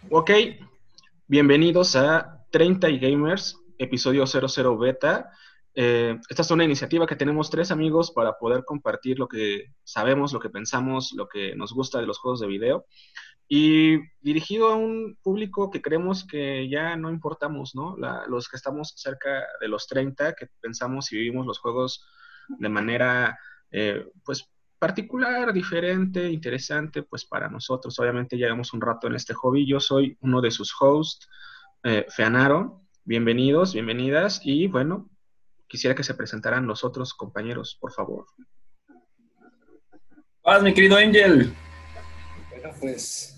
Ok, bienvenidos a 30 y Gamers, episodio 00 Beta. Esta es una iniciativa que tenemos tres amigos para poder compartir lo que sabemos, lo que pensamos, lo que nos gusta de los juegos de video y dirigido a un público que creemos que ya no importamos, ¿no? Los que estamos cerca de los 30, que pensamos y vivimos los juegos de manera, pues, particular, diferente, interesante, pues para nosotros. Obviamente llevamos un rato en este hobby. Yo soy uno de sus hosts, Feanaro. Bienvenidos, bienvenidas. Y bueno, quisiera que se presentaran los otros compañeros, por favor. Paz, mi querido Angel. Bueno, pues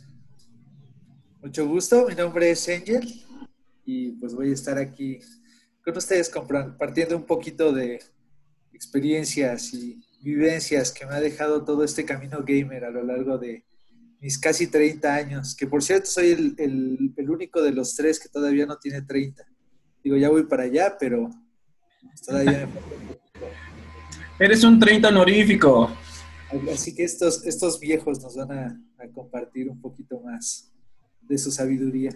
mucho gusto. Mi nombre es Angel y pues voy a estar aquí con ustedes compartiendo un poquito de experiencias y vivencias que me ha dejado todo este camino gamer a lo largo de mis casi 30 años, que por cierto soy el único de los tres que todavía no tiene 30. Digo, ya voy para allá, pero todavía me falta un poquito. Eres un 30 honorífico. Así que estos viejos nos van a compartir un poquito más de su sabiduría.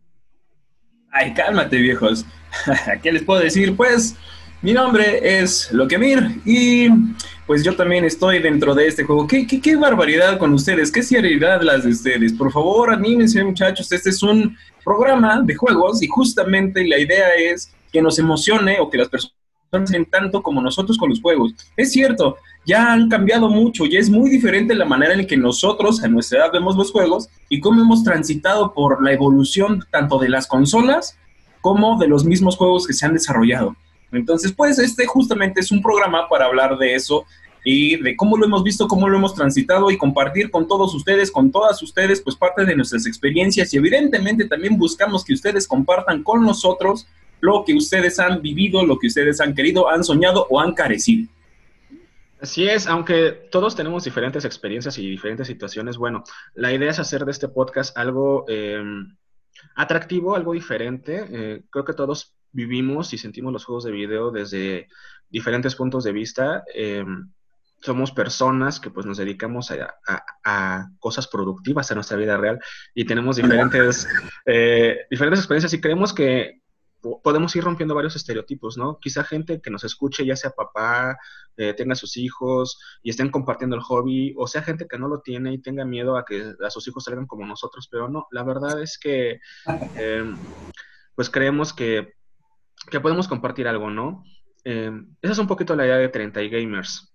Ay, cálmate, viejos. ¿Qué les puedo decir? Pues, mi nombre es Lokemir y pues yo también estoy dentro de este juego. ¿Qué barbaridad con ustedes? ¿Qué seriedad las de ustedes? Por favor, anímense, muchachos. Este es un programa de juegos y justamente la idea es que nos emocione o que las personas en tanto como nosotros con los juegos. Es cierto, ya han cambiado mucho, ya es muy diferente la manera en que nosotros a nuestra edad vemos los juegos y cómo hemos transitado por la evolución tanto de las consolas como de los mismos juegos que se han desarrollado. Entonces, pues justamente es un programa para hablar de eso y de cómo lo hemos visto, cómo lo hemos transitado y compartir con todos ustedes, con todas ustedes, pues parte de nuestras experiencias y evidentemente también buscamos que ustedes compartan con nosotros lo que ustedes han vivido, lo que ustedes han querido, han soñado o han carecido. Así es, aunque todos tenemos diferentes experiencias y diferentes situaciones, bueno, la idea es hacer de este podcast algo atractivo, algo diferente. Creo que todos vivimos y sentimos los juegos de video desde diferentes puntos de vista. Somos personas que pues nos dedicamos a cosas productivas en nuestra vida real y tenemos diferentes experiencias y creemos que podemos ir rompiendo varios estereotipos, ¿no? Quizá gente que nos escuche, ya sea papá, tenga sus hijos y estén compartiendo el hobby, o sea gente que no lo tiene y tenga miedo a que a sus hijos salgan como nosotros, pero no, la verdad es que eh, pues creemos que podemos compartir algo, ¿no? Esa es un poquito la idea de 30 y Gamers.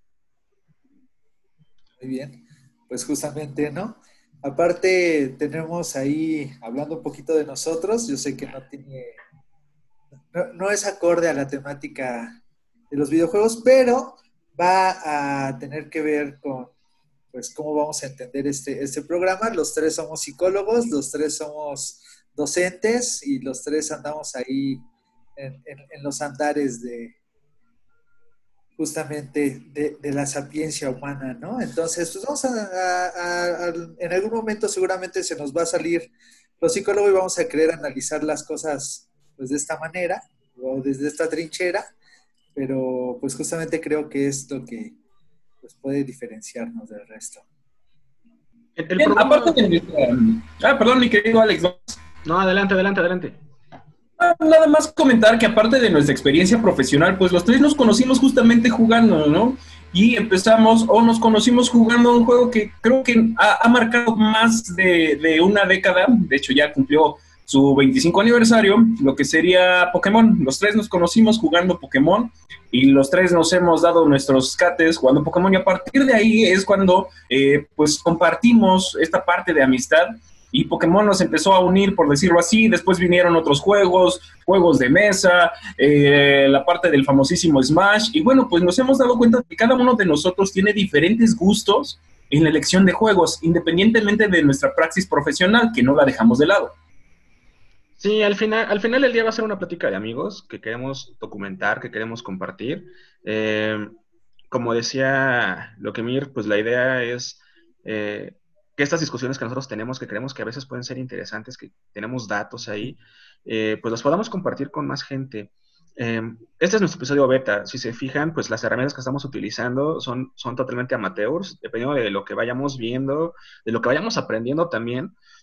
Muy bien, pues justamente, ¿no? Aparte, tenemos ahí, hablando un poquito de nosotros, yo sé que no es acorde a la temática de los videojuegos, pero va a tener que ver con, pues, cómo vamos a entender este programa. Los tres somos psicólogos, los tres somos docentes y los tres andamos ahí en los andares de justamente de la sapiencia humana, ¿no? Entonces, pues vamos en algún momento seguramente se nos va a salir los psicólogos y vamos a querer analizar las cosas pues de esta manera o desde esta trinchera, pero pues justamente creo que es lo que pues, puede diferenciarnos del resto. El Bien, aparte problema... de nuestra... perdón, mi querido Alex. No, adelante, adelante, adelante. Nada más comentar que aparte de nuestra experiencia profesional, pues los tres nos conocimos justamente jugando, ¿no? Y empezamos o nos conocimos jugando un juego que creo que ha marcado más de una década, de hecho ya cumplió su 25 aniversario, lo que sería Pokémon. Los tres nos conocimos jugando Pokémon y los tres nos hemos dado nuestros cates jugando Pokémon y a partir de ahí es cuando pues compartimos esta parte de amistad y Pokémon nos empezó a unir, por decirlo así. Después vinieron otros juegos, juegos de mesa, la parte del famosísimo Smash. Y bueno, pues nos hemos dado cuenta que cada uno de nosotros tiene diferentes gustos en la elección de juegos, independientemente de nuestra praxis profesional, que no la dejamos de lado. Sí, al final del día va a ser una plática de amigos que queremos documentar, que queremos compartir. Eh, Como decía Lokemir, pues la idea es que estas discusiones que nosotros tenemos, que creemos que a veces pueden ser interesantes, que tenemos datos ahí, pues los podamos compartir con más gente. Este es nuestro episodio beta. Si se fijan, pues las herramientas que estamos utilizando son totalmente amateurs, dependiendo de lo que vayamos viendo, de lo que vayamos aprendiendo también.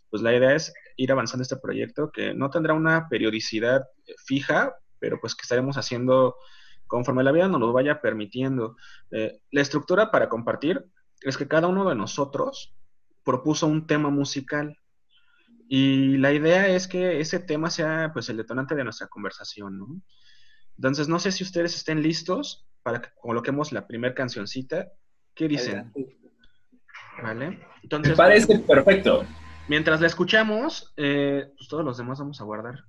pues la idea es ir avanzando este proyecto que no tendrá una periodicidad fija, pero pues que estaremos haciendo conforme la vida nos lo vaya permitiendo. La estructura para compartir es que cada uno de nosotros propuso un tema musical y la idea es que ese tema sea pues el detonante de nuestra conversación, ¿no? Entonces, no sé si ustedes estén listos para que coloquemos la primera cancioncita. ¿Qué dicen? Adelante. ¿Vale? Me Entonces, pues, parece perfecto. mientras la escuchamos, pues todos los demás vamos a guardar.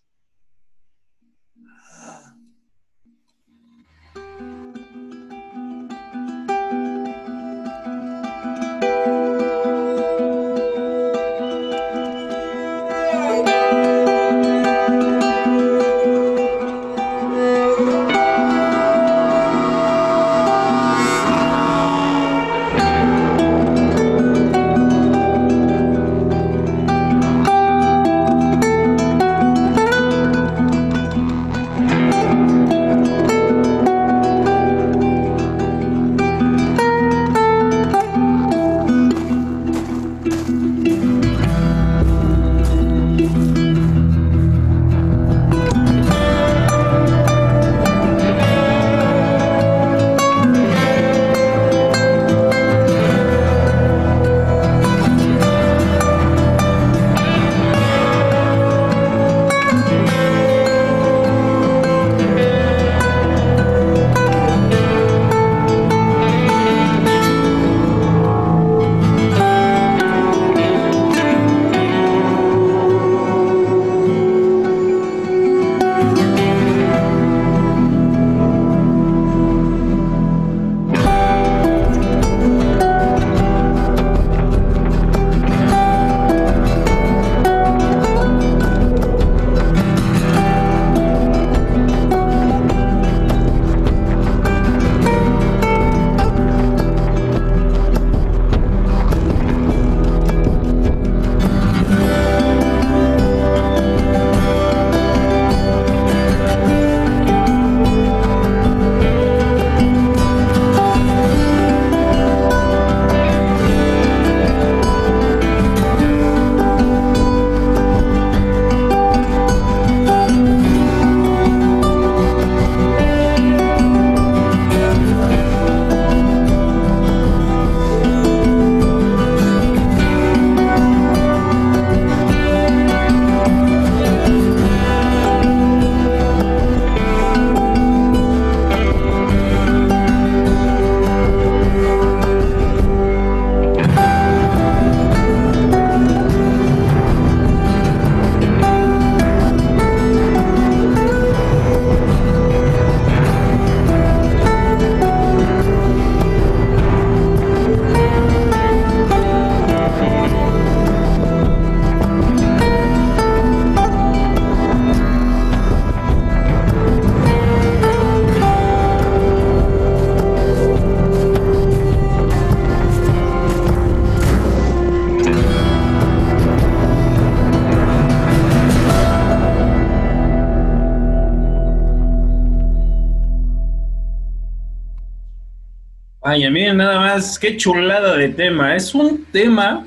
Ay, miren nada más, qué chulada de tema. Es un tema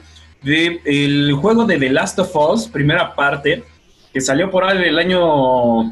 del juego de The Last of Us, primera parte, que salió por ahí el año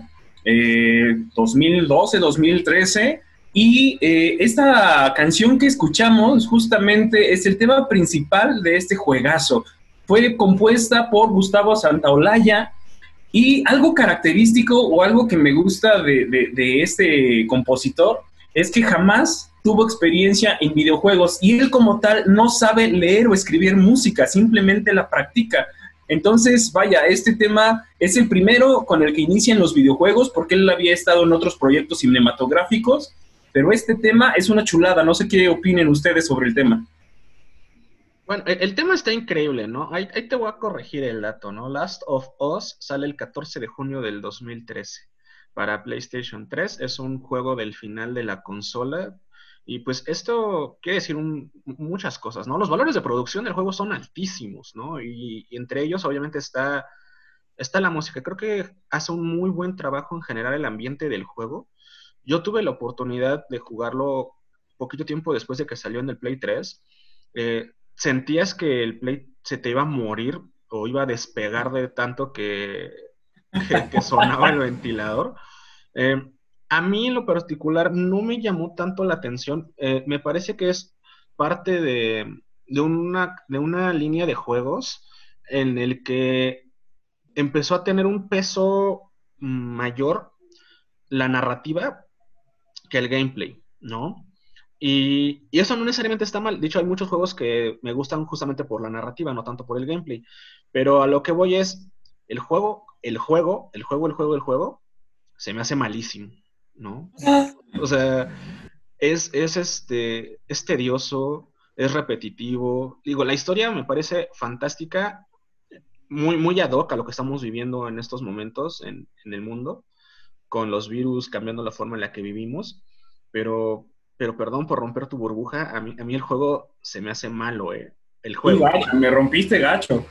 2012, 2013. Y esta canción que escuchamos justamente es el tema principal de este juegazo. Fue compuesta por Gustavo Santaolalla. Y algo característico o algo que me gusta de este compositor es que jamás tuvo experiencia en videojuegos y él como tal no sabe leer o escribir música, simplemente la practica. Entonces, vaya, este tema es el primero con el que inician los videojuegos porque él había estado en otros proyectos cinematográficos, pero este tema es una chulada. No sé qué opinen ustedes sobre el tema. Bueno, el tema está increíble, ¿no? Ahí te voy a corregir el dato, ¿no? Last of Us sale el 14 de junio del 2013 para PlayStation 3. Es un juego del final de la consola. Y pues esto quiere decir muchas cosas, ¿no? Los valores de producción del juego son altísimos, ¿no? Y entre ellos, obviamente, está la música. Creo que hace un muy buen trabajo en generar el ambiente del juego. Yo tuve la oportunidad de jugarlo poquito tiempo después de que salió en el Play 3. Sentías que el Play se te iba a morir o iba a despegar de tanto que sonaba el ventilador. Eh, a mí en lo particular no me llamó tanto la atención. Me parece que es parte de una línea de juegos en el que empezó a tener un peso mayor la narrativa que el gameplay, ¿no? Y eso no necesariamente está mal. De hecho, hay muchos juegos que me gustan justamente por la narrativa, no tanto por el gameplay. Pero a lo que voy es, el juego, se me hace malísimo, ¿no? O sea, es tedioso, es repetitivo. Digo, la historia me parece fantástica, muy, muy ad hoc a lo que estamos viviendo en estos momentos en el mundo, con los virus cambiando la forma en la que vivimos, pero perdón por romper tu burbuja, a mí el juego se me hace malo, el Y juego. gacho, me rompiste gacho.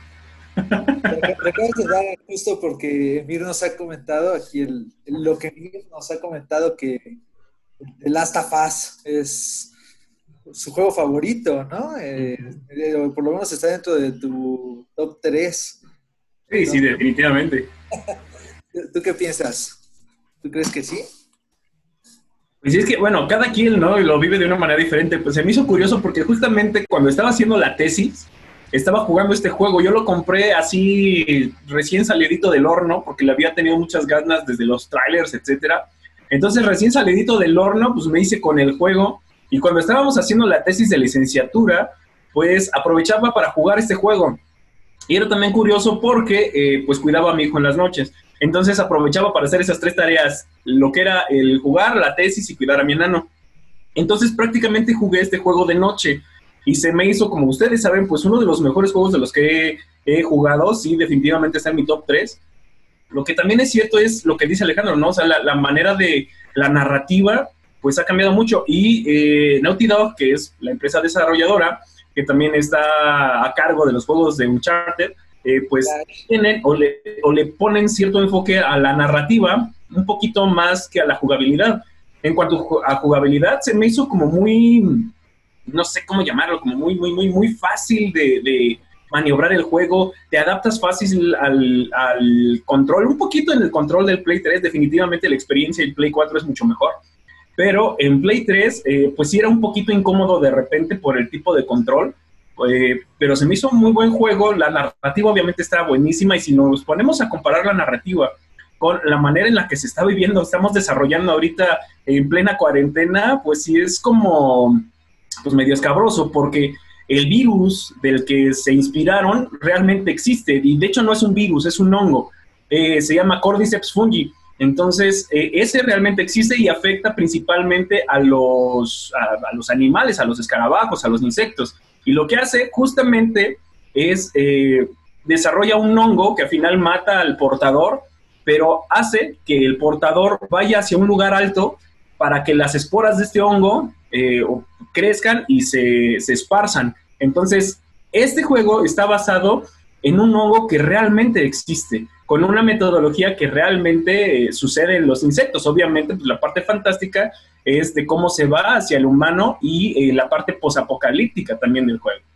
Le acabas de dar justo porque Emir nos ha comentado aquí, lo que Emir nos ha comentado que The Last of Us es su juego favorito, ¿no? Por lo menos está dentro de tu top 3. Sí, sí, definitivamente. ¿Tú qué piensas? ¿Tú crees que sí? Pues es que, bueno, cada quien, ¿no? Lo vive de una manera diferente. Pues se me hizo curioso porque justamente cuando estaba haciendo la tesis, estaba jugando este juego. Yo lo compré así recién salidito del horno porque le había tenido muchas ganas desde los trailers, etcétera. Entonces, recién salidito del horno, pues me hice con el juego. Y cuando estábamos haciendo la tesis de licenciatura, pues aprovechaba para jugar este juego. Y era también curioso porque pues cuidaba a mi hijo en las noches. Entonces aprovechaba para hacer esas 3 tareas, lo que era el jugar, la tesis y cuidar a mi enano. Entonces prácticamente jugué este juego de noche y se me hizo, como ustedes saben, pues uno de los mejores juegos de los que he jugado. Sí, definitivamente está en mi top 3. Lo que también es cierto es lo que dice Alejandro, ¿no? O sea, la manera de la narrativa pues ha cambiado mucho y Naughty Dog, que es la empresa desarrolladora, que también está a cargo de los juegos de Uncharted, pues tienen o le ponen cierto enfoque a la narrativa un poquito más que a la jugabilidad. En cuanto a jugabilidad, se me hizo como muy, no sé cómo llamarlo, como muy, muy, muy, muy fácil de maniobrar el juego. Te adaptas fácil al control, un poquito en el control del Play 3, definitivamente la experiencia del Play 4 es mucho mejor. Pero en Play 3, pues sí era un poquito incómodo de repente por el tipo de control, pero se me hizo un muy buen juego. La narrativa obviamente estaba buenísima y si nos ponemos a comparar la narrativa con la manera en la que se está viviendo, estamos desarrollando ahorita en plena cuarentena, pues sí es como pues medio escabroso porque el virus del que se inspiraron realmente existe y de hecho no es un virus, es un hongo, se llama Cordyceps fungi. Entonces, ese realmente existe y afecta principalmente a los animales, a los escarabajos, a los insectos. Y lo que hace justamente es desarrolla un hongo que al final mata al portador, pero hace que el portador vaya hacia un lugar alto para que las esporas de este hongo crezcan y se esparzan. Entonces, este juego está basado en un hongo que realmente existe, con una metodología que realmente sucede en los insectos. Obviamente, pues la parte fantástica es de cómo se va hacia el humano y la parte posapocalíptica también del juego.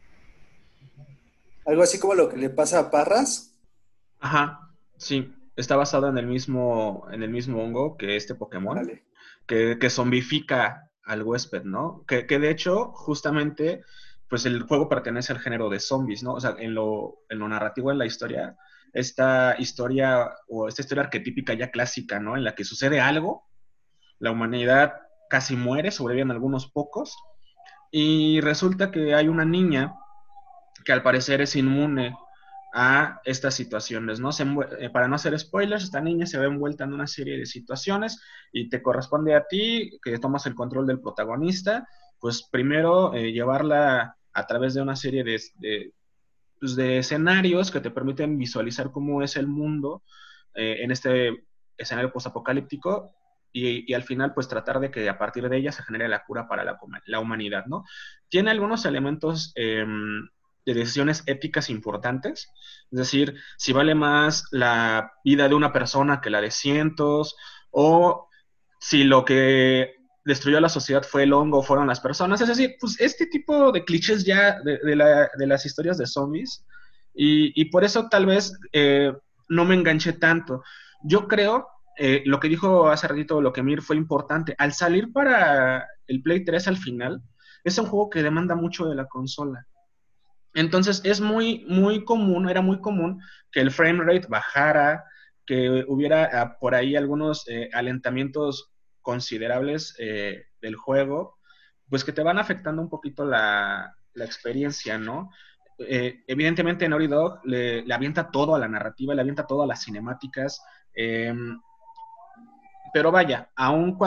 Algo así como lo que le pasa a Parras. Ajá, sí, está basado en el mismo hongo que este Pokémon, Vale. que zombifica al huésped, ¿no? Que de hecho, justamente, pues el juego pertenece al género de zombies, ¿no? O sea, en lo narrativo de la historia, esta historia arquetípica ya clásica, ¿no? En la que sucede algo, la humanidad casi muere, sobreviven algunos pocos, y resulta que hay una niña que al parecer es inmune a estas situaciones, ¿no? Para no hacer spoilers, esta niña se ve envuelta en una serie de situaciones y te corresponde a ti, que tomas el control del protagonista, pues primero llevarla a través de una serie pues, de escenarios que te permiten visualizar cómo es el mundo en este escenario postapocalíptico y al final pues tratar de que a partir de ella se genere la cura para la humanidad, ¿no? Tiene algunos elementos de decisiones éticas importantes, es decir, si vale más la vida de una persona que la de cientos, o si lo que destruyó a la sociedad fue el hongo, fueron las personas, es decir, pues este tipo de clichés ya de las historias de zombies, Y por eso tal vez no me enganché tanto. Yo creo, lo que dijo hace ratito Lokemir fue importante. Al salir para el Play 3 al final, es un juego que demanda mucho de la consola. Entonces es muy común, era muy común que el frame rate bajara, que hubiera por ahí algunos alentamientos considerables del juego, pues que te van afectando un poquito la experiencia, ¿no? Evidentemente Naughty Dog le avienta todo a la narrativa, le avienta todo a las cinemáticas, eh, pero vaya, aun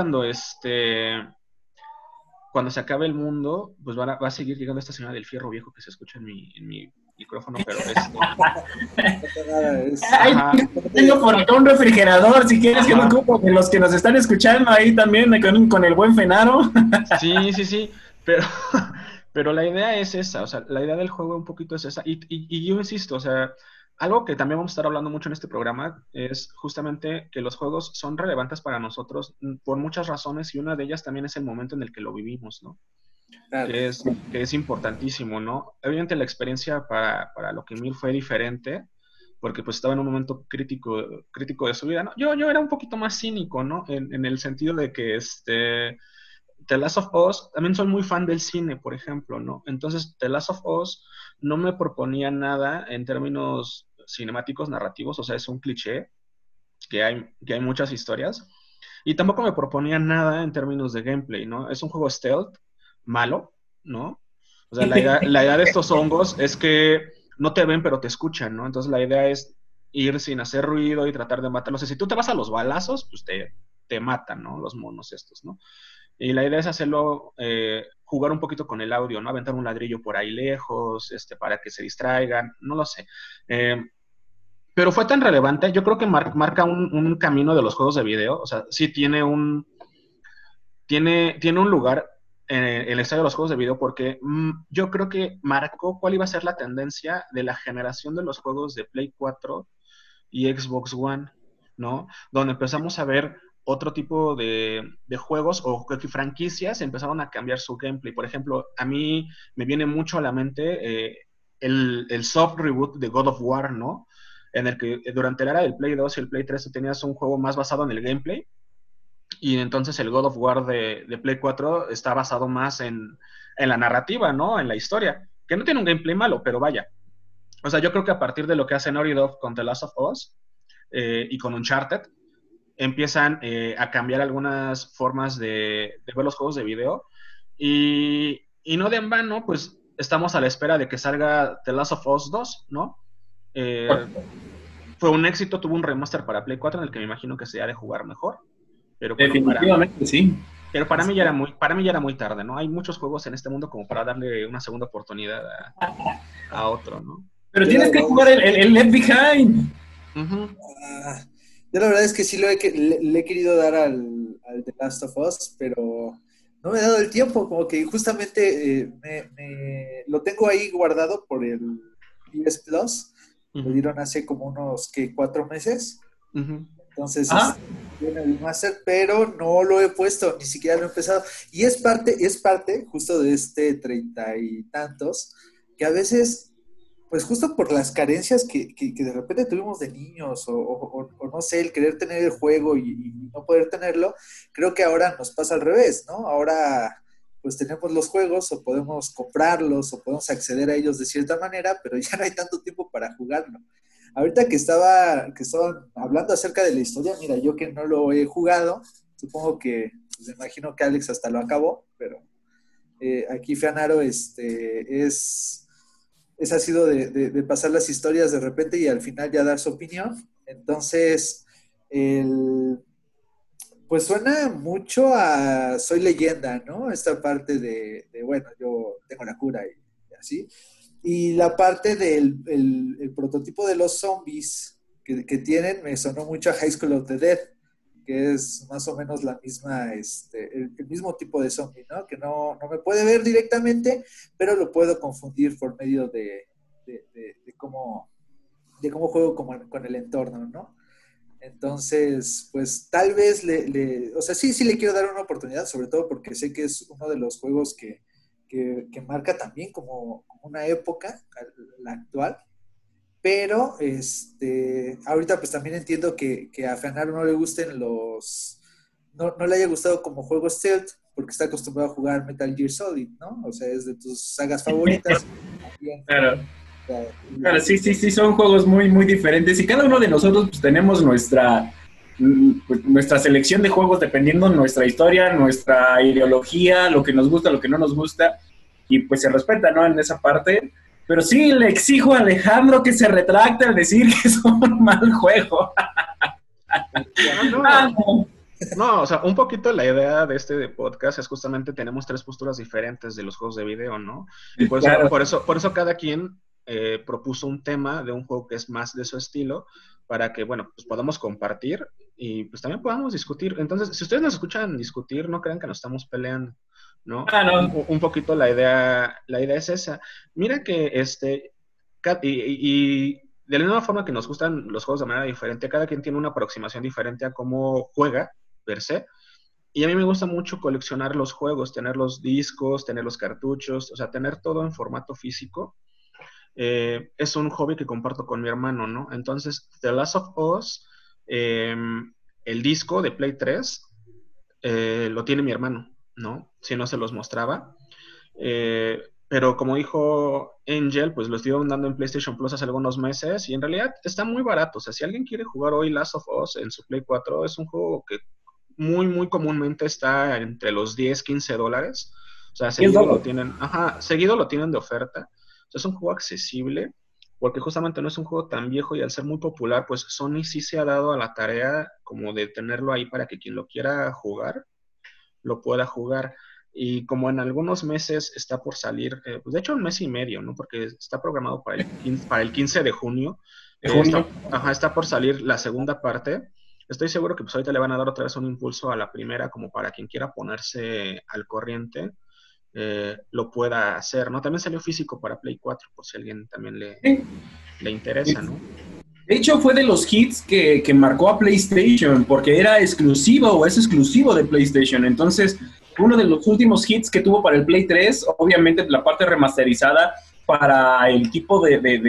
cuando se acabe el mundo, pues va a seguir llegando esta señora del fierro viejo que se escucha en mi micrófono, pero Ay, tengo por acá un refrigerador, si quieres que me ocupo de los que nos están escuchando ahí también con el buen Fenaro. Sí, pero, pero la idea es esa, o sea, la idea del juego un poquito es esa, y yo insisto, o sea, algo que también vamos a estar hablando mucho en este programa es justamente que los juegos son relevantes para nosotros por muchas razones y una de ellas también es el momento en el que lo vivimos, ¿no? Claro. Que es importantísimo, ¿no? Obviamente la experiencia para Lokemir fue diferente, porque pues estaba en un momento crítico de su vida, ¿no? Yo era un poquito más cínico, ¿no? En el sentido de que The Last of Us, también soy muy fan del cine, por ejemplo, ¿no? Entonces, The Last of Us no me proponía nada en términos cinemáticos, narrativos, o sea, es un cliché, que hay muchas historias, y tampoco me proponía nada en términos de gameplay, ¿no? Es un juego stealth, malo, ¿no? O sea, la idea de estos hongos es que no te ven, pero te escuchan, ¿no? Entonces la idea es ir sin hacer ruido y tratar de matarlos. O sea, si tú te vas a los balazos, pues te matan, ¿no? Los monos estos, ¿no? Y la idea es hacerlo, jugar un poquito con el audio, ¿no? Aventar un ladrillo por ahí lejos, para que se distraigan, no lo sé. Pero fue tan relevante, yo creo que marca un camino de los juegos de video, o sea, sí tiene un lugar en el estadio de los juegos de video porque yo creo que marcó cuál iba a ser la tendencia de la generación de los juegos de Play 4 y Xbox One, ¿no? Donde empezamos a ver otro tipo de juegos o que franquicias empezaron a cambiar su gameplay. Por ejemplo, a mí me viene mucho a la mente el soft reboot de God of War, ¿no? En el que durante la era del Play 2 y el Play 3 tú tenías un juego más basado en el gameplay y entonces el God of War de Play 4 está basado más en la narrativa, ¿no? En la historia, que no tiene un gameplay malo, pero vaya. O sea, yo creo que a partir de lo que hace Naughty Dog con The Last of Us y con Uncharted, empiezan a cambiar algunas formas de ver los juegos de video y no de en vano, pues estamos a la espera de que salga The Last of Us 2, ¿no? Fue un éxito, tuvo un remaster para Play 4 en el que me imagino que se ha de jugar mejor. Pero bueno, definitivamente sí. Pero para mí ya era muy tarde, ¿no? Hay muchos juegos en este mundo como para darle una segunda oportunidad a otro, ¿no? Pero tienes que jugar el Left Behind. Uh-huh. Yo la verdad es que sí le he querido dar al The Last of Us, pero no me he dado el tiempo, como que justamente lo tengo ahí guardado por el PS Plus, lo dieron hace como unos 4 meses, entonces tiene el Master, pero no lo he puesto, ni siquiera lo he empezado, y es parte justo de este 30 y tantos, que a veces pues justo por las carencias que de repente tuvimos de niños o no sé, el querer tener el juego y no poder tenerlo, creo que ahora nos pasa al revés, ¿no? Ahora pues tenemos los juegos o podemos comprarlos o podemos acceder a ellos de cierta manera, pero ya no hay tanto tiempo para jugarlo. Ahorita que estaban hablando acerca de la historia, mira, yo que no lo he jugado, supongo que, pues me imagino que Alex hasta lo acabó, pero aquí Fanaro ha sido de pasar las historias de repente y al final ya dar su opinión. Entonces, pues suena mucho a Soy Leyenda, ¿no? Esta parte bueno, yo tengo la cura y así. Y la parte del el prototipo de los zombies que tienen me sonó mucho a High School of the Dead, que es más o menos la misma, el mismo tipo de zombie, ¿no? Que no me puede ver directamente, pero lo puedo confundir por medio de cómo juego con el entorno, ¿no? Entonces, pues tal vez o sea, sí le quiero dar una oportunidad, sobre todo porque sé que es uno de los juegos que marca también como una época, la actual. pero ahorita pues también entiendo que a Fernando no le gusten no le haya gustado como juego stealth, porque está acostumbrado a jugar Metal Gear Solid, ¿no? O sea, es de tus sagas favoritas. También, Claro. o sea, Claro, sí, sí, sí, son juegos muy, muy diferentes y cada uno de nosotros pues, tenemos pues, nuestra selección de juegos dependiendo de nuestra historia, nuestra ideología, lo que nos gusta, lo que no nos gusta y pues se respeta, ¿no? En esa parte. Pero sí, le exijo a Alejandro que se retracte al decir que es un mal juego. No, no, o sea, un poquito la idea de este podcast es justamente tenemos tres posturas diferentes de los juegos de video, ¿no? Y Claro. por eso cada quien propuso un tema de un juego que es más de su estilo para que, bueno, pues podamos compartir y pues también podamos discutir. Entonces, si ustedes nos escuchan discutir, no crean que nos estamos peleando, ¿no? No. Un poquito la idea es esa. Mira que y de la misma forma que nos gustan los juegos de manera diferente, cada quien tiene una aproximación diferente a cómo juega per se. Y a mí me gusta mucho coleccionar los juegos, tener los discos, tener los cartuchos, o sea, tener todo en formato físico. Es un hobby que comparto con mi hermano, ¿no? Entonces, The Last of Us, el disco de Play 3, lo tiene mi hermano, ¿no? Si no se los mostraba. Pero como dijo Angel, pues lo estuvieron dando en PlayStation Plus hace algunos meses y en realidad está muy barato. O sea, si alguien quiere jugar hoy Last of Us en su Play 4, es un juego que muy, muy comúnmente está entre los 10, $15. O sea, seguido lo tienen, seguido lo tienen de oferta. O sea, es un juego accesible porque justamente no es un juego tan viejo y al ser muy popular, pues Sony sí se ha dado a la tarea como de tenerlo ahí para que quien lo quiera jugar, lo pueda jugar. Y como en algunos meses está por salir, pues de hecho un mes y medio, ¿no? Porque está programado para el 15 de junio. Está por salir la segunda parte. Estoy seguro que pues ahorita le van a dar otra vez un impulso a la primera, como para quien quiera ponerse al corriente, lo pueda hacer, ¿no? También salió físico para Play 4, por si a alguien también le interesa, ¿no? De hecho, fue de los hits que marcó a PlayStation, porque era exclusivo o es exclusivo de PlayStation. Entonces, uno de los últimos hits que tuvo para el Play 3, obviamente la parte remasterizada para el tipo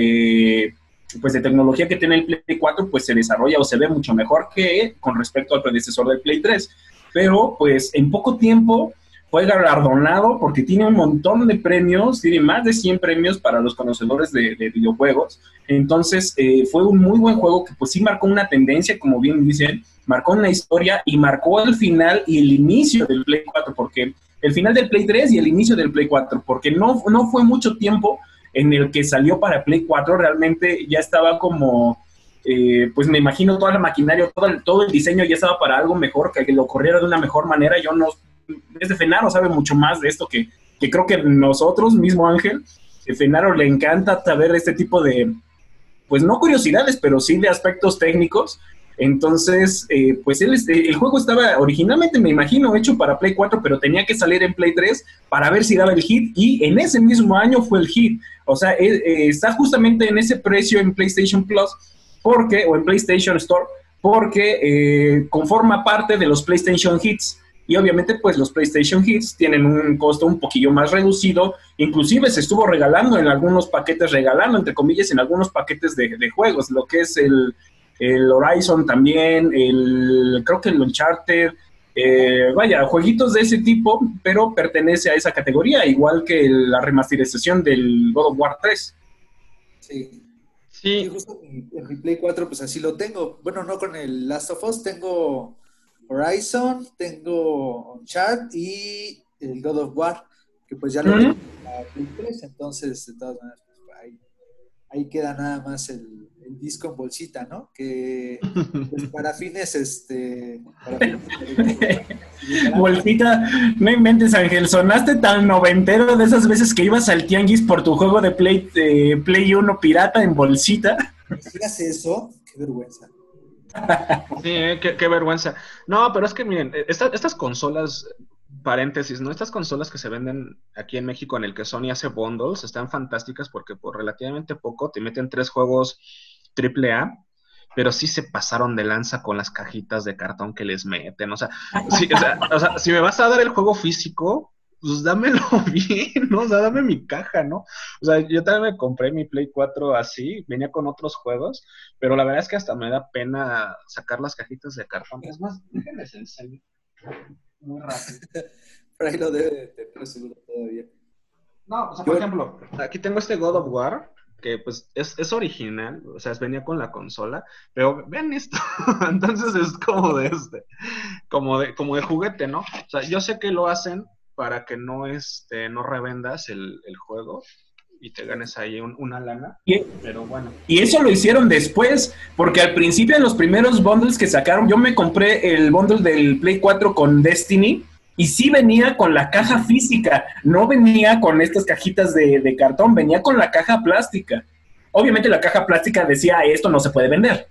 de tecnología que tiene el Play 4, pues se desarrolla o se ve mucho mejor que con respecto al predecesor del Play 3. Pero, pues, en poco tiempo fue galardonado porque tiene un montón de premios, tiene más de 100 premios para los conocedores de videojuegos. Entonces, fue un muy buen juego que pues sí marcó una tendencia, como bien dicen, marcó una historia y marcó el final y el inicio del Play 4, porque el final del Play 3 y el inicio del Play 4, porque no fue mucho tiempo en el que salió para Play 4, realmente ya estaba como, pues me imagino toda la maquinaria, todo el diseño ya estaba para algo mejor, que lo corriera de una mejor manera. Yo no, desde Fenaro sabe mucho más de esto que creo que nosotros, mismo Ángel, Fenaro le encanta saber este tipo de, pues no curiosidades, pero sí de aspectos técnicos. Entonces, pues el juego estaba originalmente, me imagino, hecho para Play 4, pero tenía que salir en Play 3 para ver si daba el hit, y en ese mismo año fue el hit. O sea, está justamente en ese precio en PlayStation Plus, o en PlayStation Store, porque conforma parte de los PlayStation Hits. Y obviamente pues los PlayStation Hits tienen un costo un poquillo más reducido, inclusive se estuvo regalando en algunos paquetes, entre comillas, en algunos paquetes de juegos, lo que es el Horizon también, creo que el Uncharted, jueguitos de ese tipo, pero pertenece a esa categoría, igual que la remasterización del God of War 3. Sí. Sí. Y justo en mi Play 4 pues así lo tengo. Bueno, no con el Last of Us, tengo Horizon, tengo Uncharted y el God of War, que pues ya lo tengo en la Play 3, entonces de todas maneras pues, ahí queda nada más el disco en bolsita, ¿no? Que pues, para fines, bolsita, no inventes, Ángel, sonaste tan noventero de esas veces que ibas al tianguis por tu juego de Play 1 pirata en bolsita. ¿Sí hace eso? Qué vergüenza. Sí, qué vergüenza. No, pero es que miren, estas consolas, paréntesis, ¿no? Estas consolas que se venden aquí en México en el que Sony hace bundles, están fantásticas porque por relativamente poco te meten 3 juegos AAA, pero sí se pasaron de lanza con las cajitas de cartón que les meten. O sea, si me vas a dar el juego físico, pues dámelo bien, ¿no? O sea, dame mi caja, ¿no? O sea, yo también me compré mi Play 4 así, venía con otros juegos, pero la verdad es que hasta me da pena sacar las cajitas de cartón. Es más, déjenme enseñar muy rápido. Por ahí lo debe de tener seguro todavía. No, o sea, por Yo, ejemplo, aquí tengo este God of War, que pues es original, o sea, venía con la consola, pero vean esto, entonces es como de juguete, ¿no? O sea, yo sé que lo hacen para que no, no revendas el juego y te ganes ahí una lana, Y, pero bueno. y eso lo hicieron después, porque al principio en los primeros bundles que sacaron, yo me compré el bundle del Play 4 con Destiny, y sí venía con la caja física, no venía con estas cajitas de cartón, venía con la caja plástica. Obviamente la caja plástica decía, esto no se puede vender.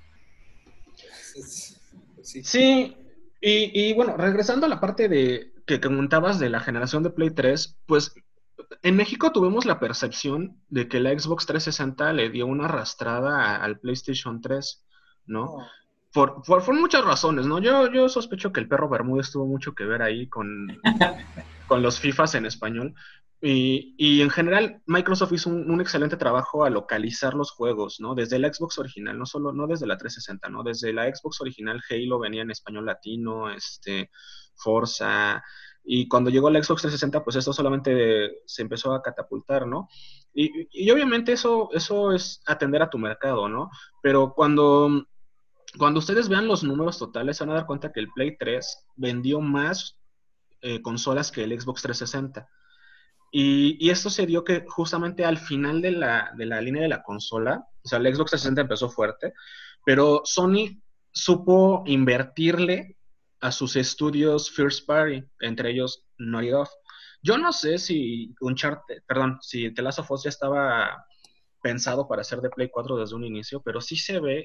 sí. Sí, y bueno, regresando a la parte de que comentabas de la generación de Play 3, pues en México tuvimos la percepción de que la Xbox 360 le dio una arrastrada al PlayStation 3, ¿no? No, Por muchas razones, ¿no? Yo sospecho que el perro Bermúdez tuvo mucho que ver ahí con los FIFAs en español. Y en general, Microsoft hizo un excelente trabajo a localizar los juegos, ¿no? Desde la Xbox original, no desde la 360, ¿no? Desde la Xbox original, Halo venía en español latino, Forza, y cuando llegó la Xbox 360, pues esto solamente se empezó a catapultar, ¿no? Y obviamente eso es atender a tu mercado, ¿no? Pero cuando ustedes vean los números totales, se van a dar cuenta que el Play 3 vendió más consolas que el Xbox 360. Y esto se dio que justamente al final de la línea de la consola, o sea, el Xbox 360 empezó fuerte, pero Sony supo invertirle a sus estudios first party, entre ellos Naughty Dog. Yo no sé si si The Last of Us ya estaba pensado para ser de Play 4 desde un inicio, pero sí se ve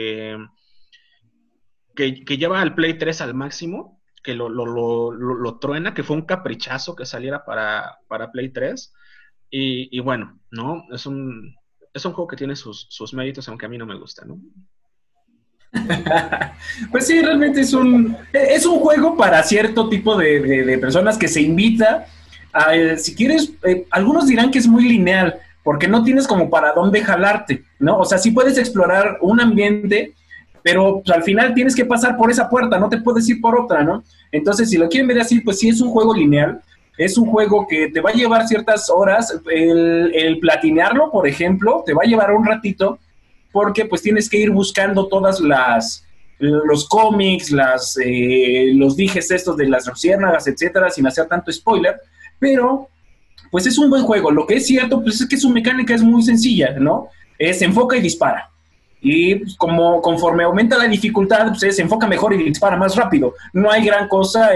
que lleva al Play 3 al máximo, que lo truena, que fue un caprichazo que saliera para Play 3. Y bueno, ¿no? Es un juego que tiene sus méritos, aunque a mí no me gusta, ¿no? Pues sí, realmente es un juego para cierto tipo de personas que se invita a, si quieres, algunos dirán que es muy lineal, porque no tienes como para dónde jalarte, ¿no? O sea, sí puedes explorar un ambiente, pero pues, al final tienes que pasar por esa puerta, no te puedes ir por otra, ¿no? Entonces, si lo quieren ver así, pues sí es un juego lineal, es un juego que te va a llevar ciertas horas, el platinearlo, por ejemplo, te va a llevar un ratito, porque pues tienes que ir buscando todas los cómics, los dijes estos de las luciérnagas, etcétera, sin hacer tanto spoiler, pero pues es un buen juego. Lo que es cierto, pues es que su mecánica es muy sencilla, ¿no? Es enfoca y dispara. Y pues, como conforme aumenta la dificultad, pues se enfoca mejor y dispara más rápido. No hay gran cosa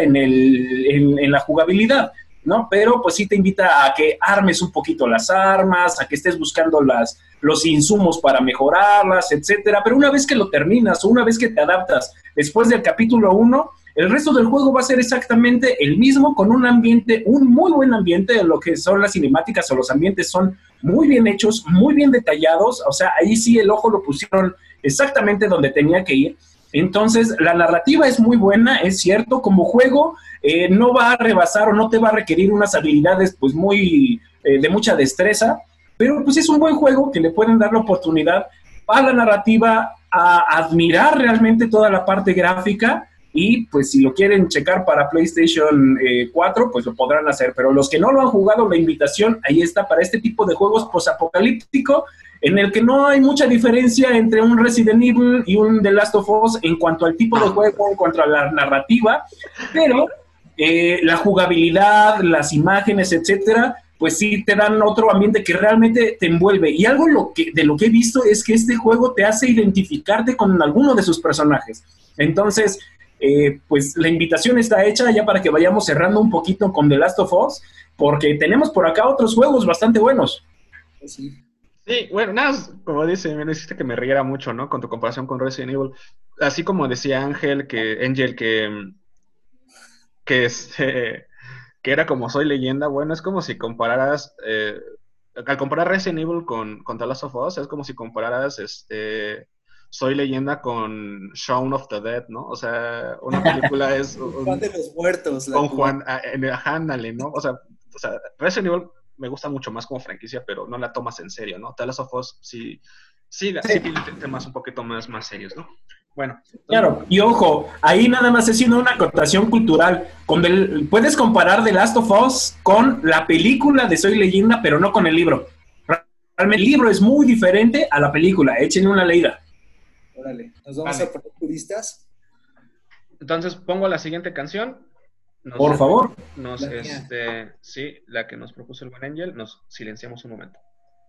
en la jugabilidad, ¿no? Pero pues sí te invita a que armes un poquito las armas, a que estés buscando los insumos para mejorarlas, etcétera. Pero una vez que lo terminas o una vez que te adaptas después del capítulo 1, el resto del juego va a ser exactamente el mismo, con un ambiente, un muy buen ambiente, de lo que son las cinemáticas o los ambientes son muy bien hechos, muy bien detallados, o sea, ahí sí el ojo lo pusieron exactamente donde tenía que ir. Entonces, la narrativa es muy buena, es cierto, como juego no va a rebasar o no te va a requerir unas habilidades pues muy de mucha destreza, pero pues es un buen juego que le pueden dar la oportunidad a la narrativa, a admirar realmente toda la parte gráfica. Y pues si lo quieren checar para PlayStation 4, pues lo podrán hacer. Pero los que no lo han jugado, la invitación ahí está para este tipo de juegos posapocalíptico, en el que no hay mucha diferencia entre un Resident Evil y un The Last of Us en cuanto al tipo de juego, en cuanto a la narrativa, pero la jugabilidad, las imágenes, etcétera, pues sí te dan otro ambiente que realmente te envuelve. Y algo de lo que he visto es que este juego te hace identificarte con alguno de sus personajes. Entonces, pues la invitación está hecha ya para que vayamos cerrando un poquito con The Last of Us, porque tenemos por acá otros juegos bastante buenos. Sí. Sí, bueno, nada, como dice, me hiciste que me riera mucho, ¿no? Con tu comparación con Resident Evil. Así como decía Angel, que que era como Soy Leyenda, bueno, es como si compararas, al comparar Resident Evil con The Last of Us, es como si compararas Soy Leyenda con Shaun of the Dead, ¿no? O sea, una película es Juan de los Muertos. con Juan, ándale, ¿no? O sea, o sea, Resident Evil me gusta mucho más como franquicia, pero no la tomas en serio, ¿no? The Last of Us sí tiene temas un poquito más serios, ¿no? Bueno. Claro, y ojo, ahí nada más haciendo una acotación cultural. Puedes comparar The Last of Us con la película de Soy Leyenda, pero no con el libro. Realmente el libro es muy diferente a la película. Échenle una leída. Órale, nos vamos a poner puristas. Entonces pongo la siguiente canción. Por favor. Sí, la que nos propuso el buen Angel. Nos silenciamos un momento.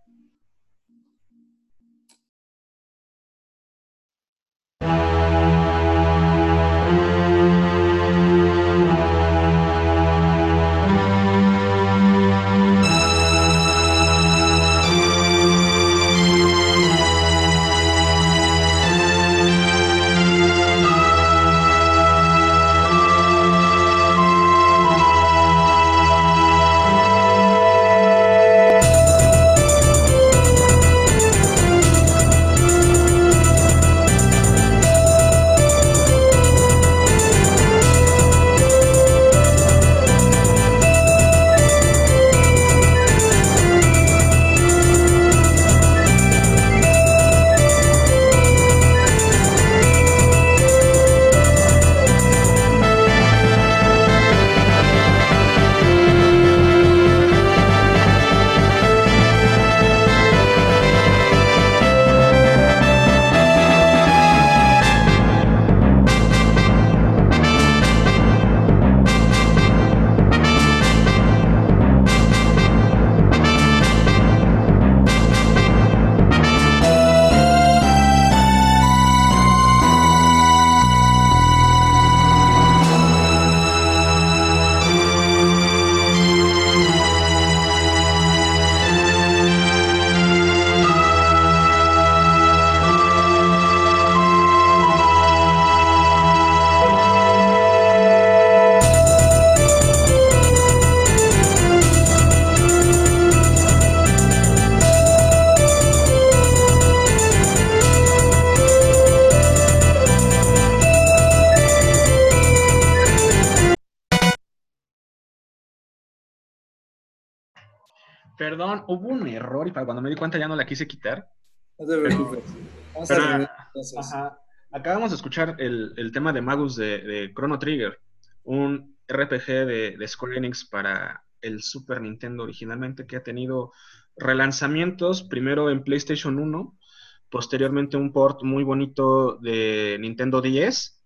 Perdón, hubo un error y para cuando me di cuenta ya no la quise quitar. No te preocupes. Vamos a ver entonces. Ajá. Acabamos de escuchar el tema de Magus de Chrono Trigger, un RPG de Square Enix para el Super Nintendo originalmente, que ha tenido relanzamientos, primero en PlayStation 1, posteriormente un port muy bonito de Nintendo 10,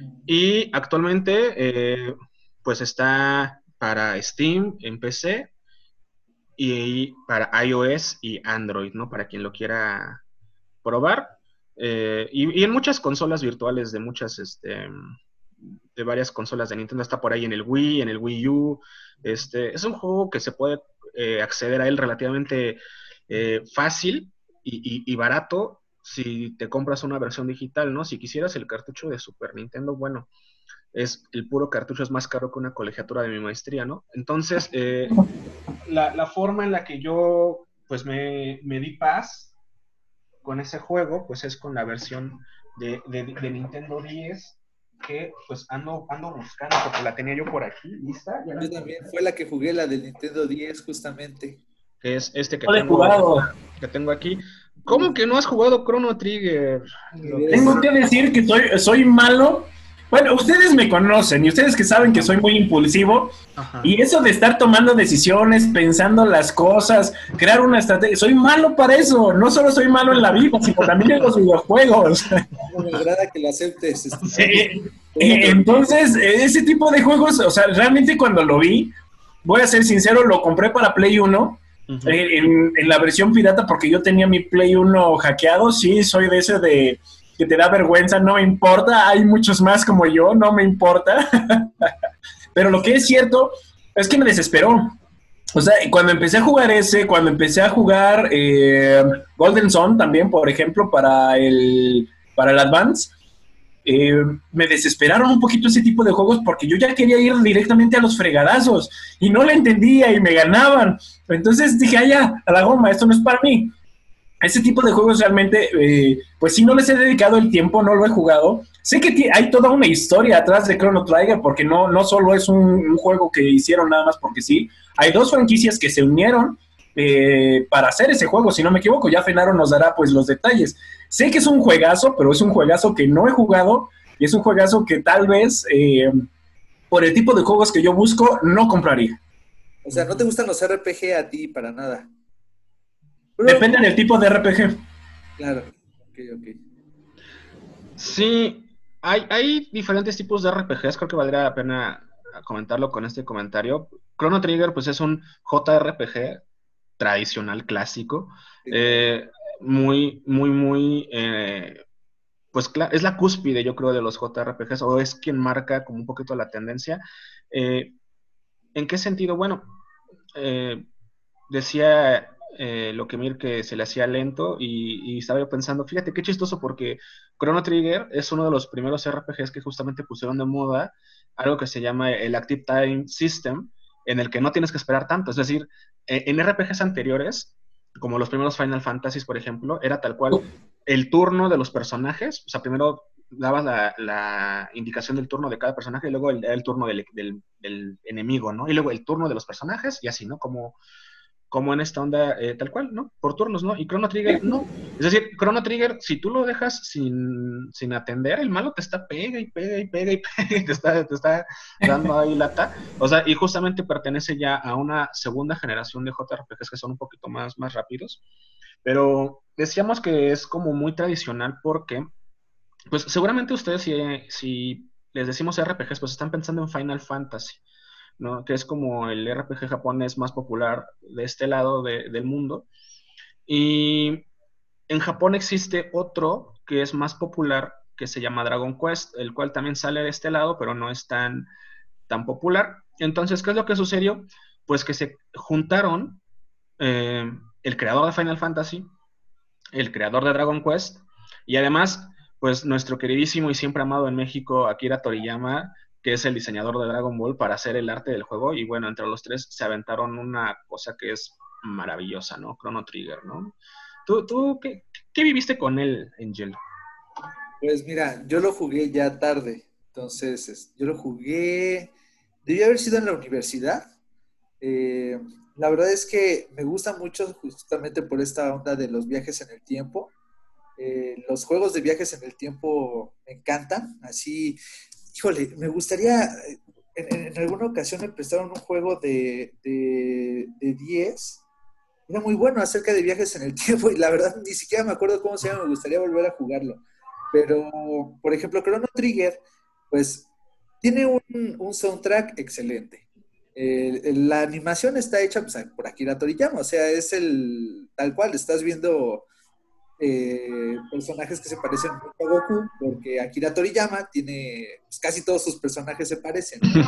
y actualmente pues está para Steam en PC, y para iOS y Android, ¿no? Para quien lo quiera probar. Y en muchas consolas virtuales de muchas, de varias consolas de Nintendo. Está por ahí en el Wii, en el Wii U. Es un juego que se puede acceder a él relativamente fácil y barato si te compras una versión digital, ¿no? Si quisieras el cartucho de Super Nintendo, bueno, el puro cartucho es más caro que una colegiatura de mi maestría, ¿no? Entonces, la forma en la que yo pues me di paz con ese juego, pues es con la versión de Nintendo 10, que pues ando buscando, porque la tenía yo por aquí, lista. Yo también, fue la que jugué, la del Nintendo 10, justamente. Que es este que tengo aquí. ¿Cómo que no has jugado Chrono Trigger? Tengo que decir que soy malo. Bueno, ustedes me conocen y ustedes que saben que soy muy impulsivo. Ajá. Y eso de estar tomando decisiones, pensando las cosas, crear una estrategia, soy malo para eso. No solo soy malo en la vida, sino también en los videojuegos. Me agrada que lo aceptes. Sí. Entonces, ese tipo de juegos, o sea, realmente cuando lo vi, voy a ser sincero, lo compré para Play 1. Uh-huh. En la versión pirata, porque yo tenía mi Play 1 hackeado. Sí, soy de ese de que te da vergüenza, no me importa, hay muchos más como yo, no me importa. Pero lo que es cierto es que me desesperó. O sea, cuando empecé a jugar cuando empecé a jugar Golden Sun también, por ejemplo, para el Advance, me desesperaron un poquito ese tipo de juegos porque yo ya quería ir directamente a los fregadazos y no le entendía y me ganaban. Entonces dije, ya, a la goma, esto no es para mí. Ese tipo de juegos realmente, pues sí, no les he dedicado el tiempo, no lo he jugado. sé que hay toda una historia atrás de Chrono Trigger, porque no solo es un juego que hicieron nada más porque sí. Hay dos franquicias que se unieron para hacer ese juego, si no me equivoco. Ya Fenaro nos dará pues los detalles. Sé que es un juegazo, pero es un juegazo que no he jugado y es un juegazo que tal vez por el tipo de juegos que yo busco no compraría. O sea, ¿no te gustan los RPG a ti para nada? Pero, Depende del tipo de RPG. claro, ok. Sí, hay diferentes tipos de RPGs, creo que valdría la pena comentarlo con este comentario. Chrono Trigger, pues es un JRPG tradicional, clásico, Sí. muy, pues es la cúspide, yo creo, de los JRPGs, o es quien marca como un poquito la tendencia. ¿En qué sentido? Bueno, decía Lokemir que se le hacía lento y estaba yo pensando, fíjate qué chistoso porque Chrono Trigger es uno de los primeros RPGs que justamente pusieron de moda algo que se llama el Active Time System, en el que no tienes que esperar tanto. Es decir, en RPGs anteriores, como los primeros Final Fantasy, por ejemplo, era tal cual el turno de los personajes, o sea, primero dabas la indicación del turno de cada personaje y luego el turno del enemigo, ¿no? Y luego el turno de los personajes y así, ¿no? Como en esta onda tal cual, ¿no? Por turnos, ¿no? Y Chrono Trigger, no. Es decir, Chrono Trigger, si tú lo dejas sin atender, el malo te está pega y pega y pega y pega y te está dando ahí lata. O sea, y justamente pertenece ya a una segunda generación de JRPGs que son un poquito más rápidos. Pero decíamos que es como muy tradicional porque, pues seguramente ustedes si les decimos RPGs, pues están pensando en Final Fantasy, ¿no? Que es como el RPG japonés más popular de este lado del mundo. Y en Japón existe otro que es más popular, que se llama Dragon Quest, el cual también sale de este lado, pero no es tan popular. Entonces, ¿qué es lo que sucedió? Pues que se juntaron el creador de Final Fantasy, el creador de Dragon Quest, y además, pues nuestro queridísimo y siempre amado en México, Akira Toriyama, que es el diseñador de Dragon Ball, para hacer el arte del juego, y bueno, entre los tres se aventaron una cosa que es maravillosa, ¿no? Chrono Trigger, ¿no? ¿Tú qué viviste con él, Angel? Pues mira, yo lo jugué ya tarde. Entonces, yo lo jugué. Debía haber sido en la universidad. Eh, la verdad es que me gusta mucho justamente por esta onda de los viajes en el tiempo. Los juegos de viajes en el tiempo me encantan. Así, híjole, me gustaría. En alguna ocasión me prestaron un juego de 10. Era muy bueno acerca de viajes en el tiempo y la verdad ni siquiera me acuerdo cómo se llama. Me gustaría volver a jugarlo. Pero, por ejemplo, Chrono Trigger, pues tiene un soundtrack excelente. La animación está hecha pues, por Akira Toriyama, o sea, es el tal cual, estás viendo personajes que se parecen mucho a Goku, porque Akira Toriyama tiene, pues casi todos sus personajes se parecen, ¿no?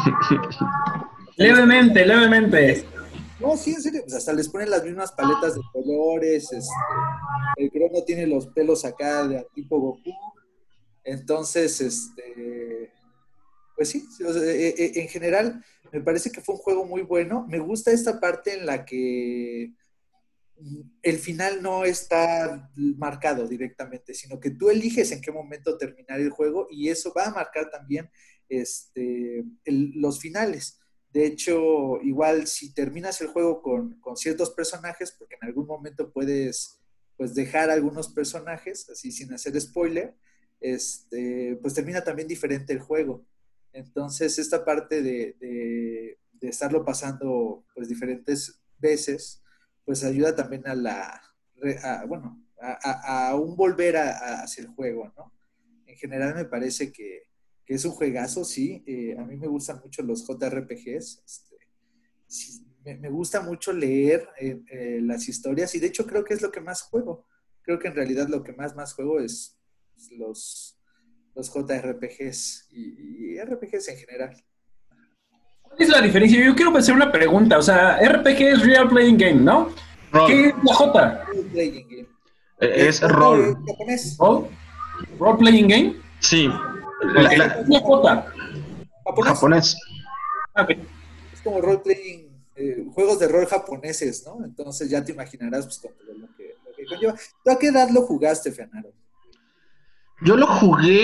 Levemente. No, sí, en serio, pues hasta les ponen las mismas paletas de colores, el Crono tiene los pelos acá de tipo Goku, entonces, pues sí, o sea, en general me parece que fue un juego muy bueno. Me gusta esta parte en la que el final no está marcado directamente, sino que tú eliges en qué momento terminar el juego y eso va a marcar también los finales. De hecho, igual si terminas el juego con ciertos personajes, porque en algún momento puedes pues, dejar algunos personajes, así sin hacer spoiler, pues termina también diferente el juego. Entonces, esta parte de estarlo pasando pues diferentes veces, pues ayuda también a un volver hacia el juego, ¿no? En general me parece que es un juegazo, sí. A mí me gustan mucho los JRPGs. Sí, me gusta mucho leer las historias y de hecho creo que es lo que más juego. Creo que en realidad lo que más juego es los JRPGs y RPGs en general. ¿Cuál es la diferencia? Yo quiero hacer una pregunta. O sea, RPG es Real Playing Game, ¿no? Rol. ¿Qué es la J? Playing game. Es ¿Cómo rol. es japonés? ¿Role Playing Game? Sí. ¿Qué es la J? Japonés. Okay. Es como role playing, juegos de rol japoneses, ¿no? Entonces ya te imaginarás pues, con todo lo que conlleva. ¿Tú a qué edad lo jugaste, Fernando? Yo lo jugué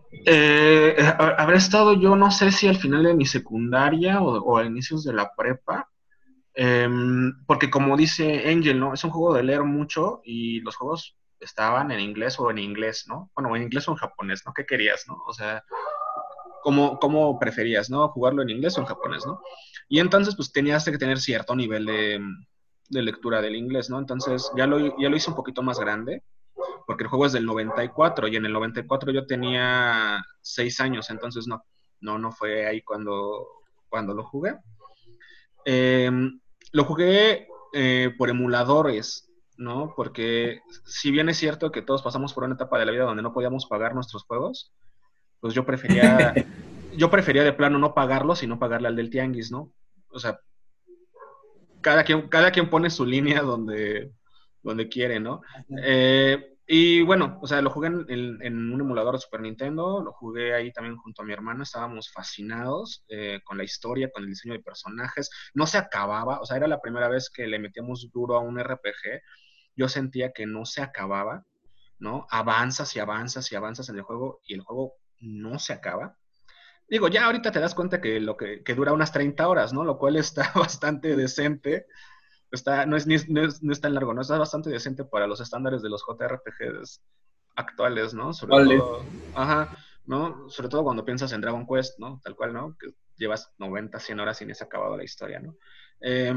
Habré estado yo, no sé si al final de mi secundaria o a inicios de la prepa, porque como dice Angel, ¿no? Es un juego de leer mucho y los juegos estaban en inglés o en inglés, ¿no? Bueno, en inglés o en japonés, ¿no? ¿Qué querías, no? O sea, ¿cómo preferías, ¿no? ¿Jugarlo en inglés o en japonés, ¿no? Y entonces, pues tenías que tener cierto nivel de lectura del inglés, ¿no? Entonces, ya lo hice un poquito más grande, porque el juego es del 94 y en el 94 yo tenía 6 años, entonces no fue ahí cuando lo jugué. Eh, lo jugué por emuladores, ¿no? Porque si bien es cierto que todos pasamos por una etapa de la vida donde no podíamos pagar nuestros juegos, pues yo prefería de plano no pagarlo, sino pagarle al del tianguis, ¿no? O sea, cada quien pone su línea donde quiere, ¿no? Y bueno, o sea, lo jugué en un emulador de Super Nintendo, lo jugué ahí también junto a mi hermano, estábamos fascinados con la historia, con el diseño de personajes, no se acababa, o sea, era la primera vez que le metíamos duro a un RPG, yo sentía que no se acababa, ¿no? Avanzas y avanzas y avanzas en el juego y el juego no se acaba. Digo, ya ahorita te das cuenta que dura unas 30 horas, ¿no? Lo cual está bastante decente. No es tan largo, ¿no? Está bastante decente para los estándares de los JRPGs actuales, ¿no? Sobre Vale. todo, ajá, ¿no? Sobre todo cuando piensas en Dragon Quest, ¿no? Tal cual, ¿no? Que llevas 90, 100 horas y ni se ha acabado la historia, ¿no? Eh,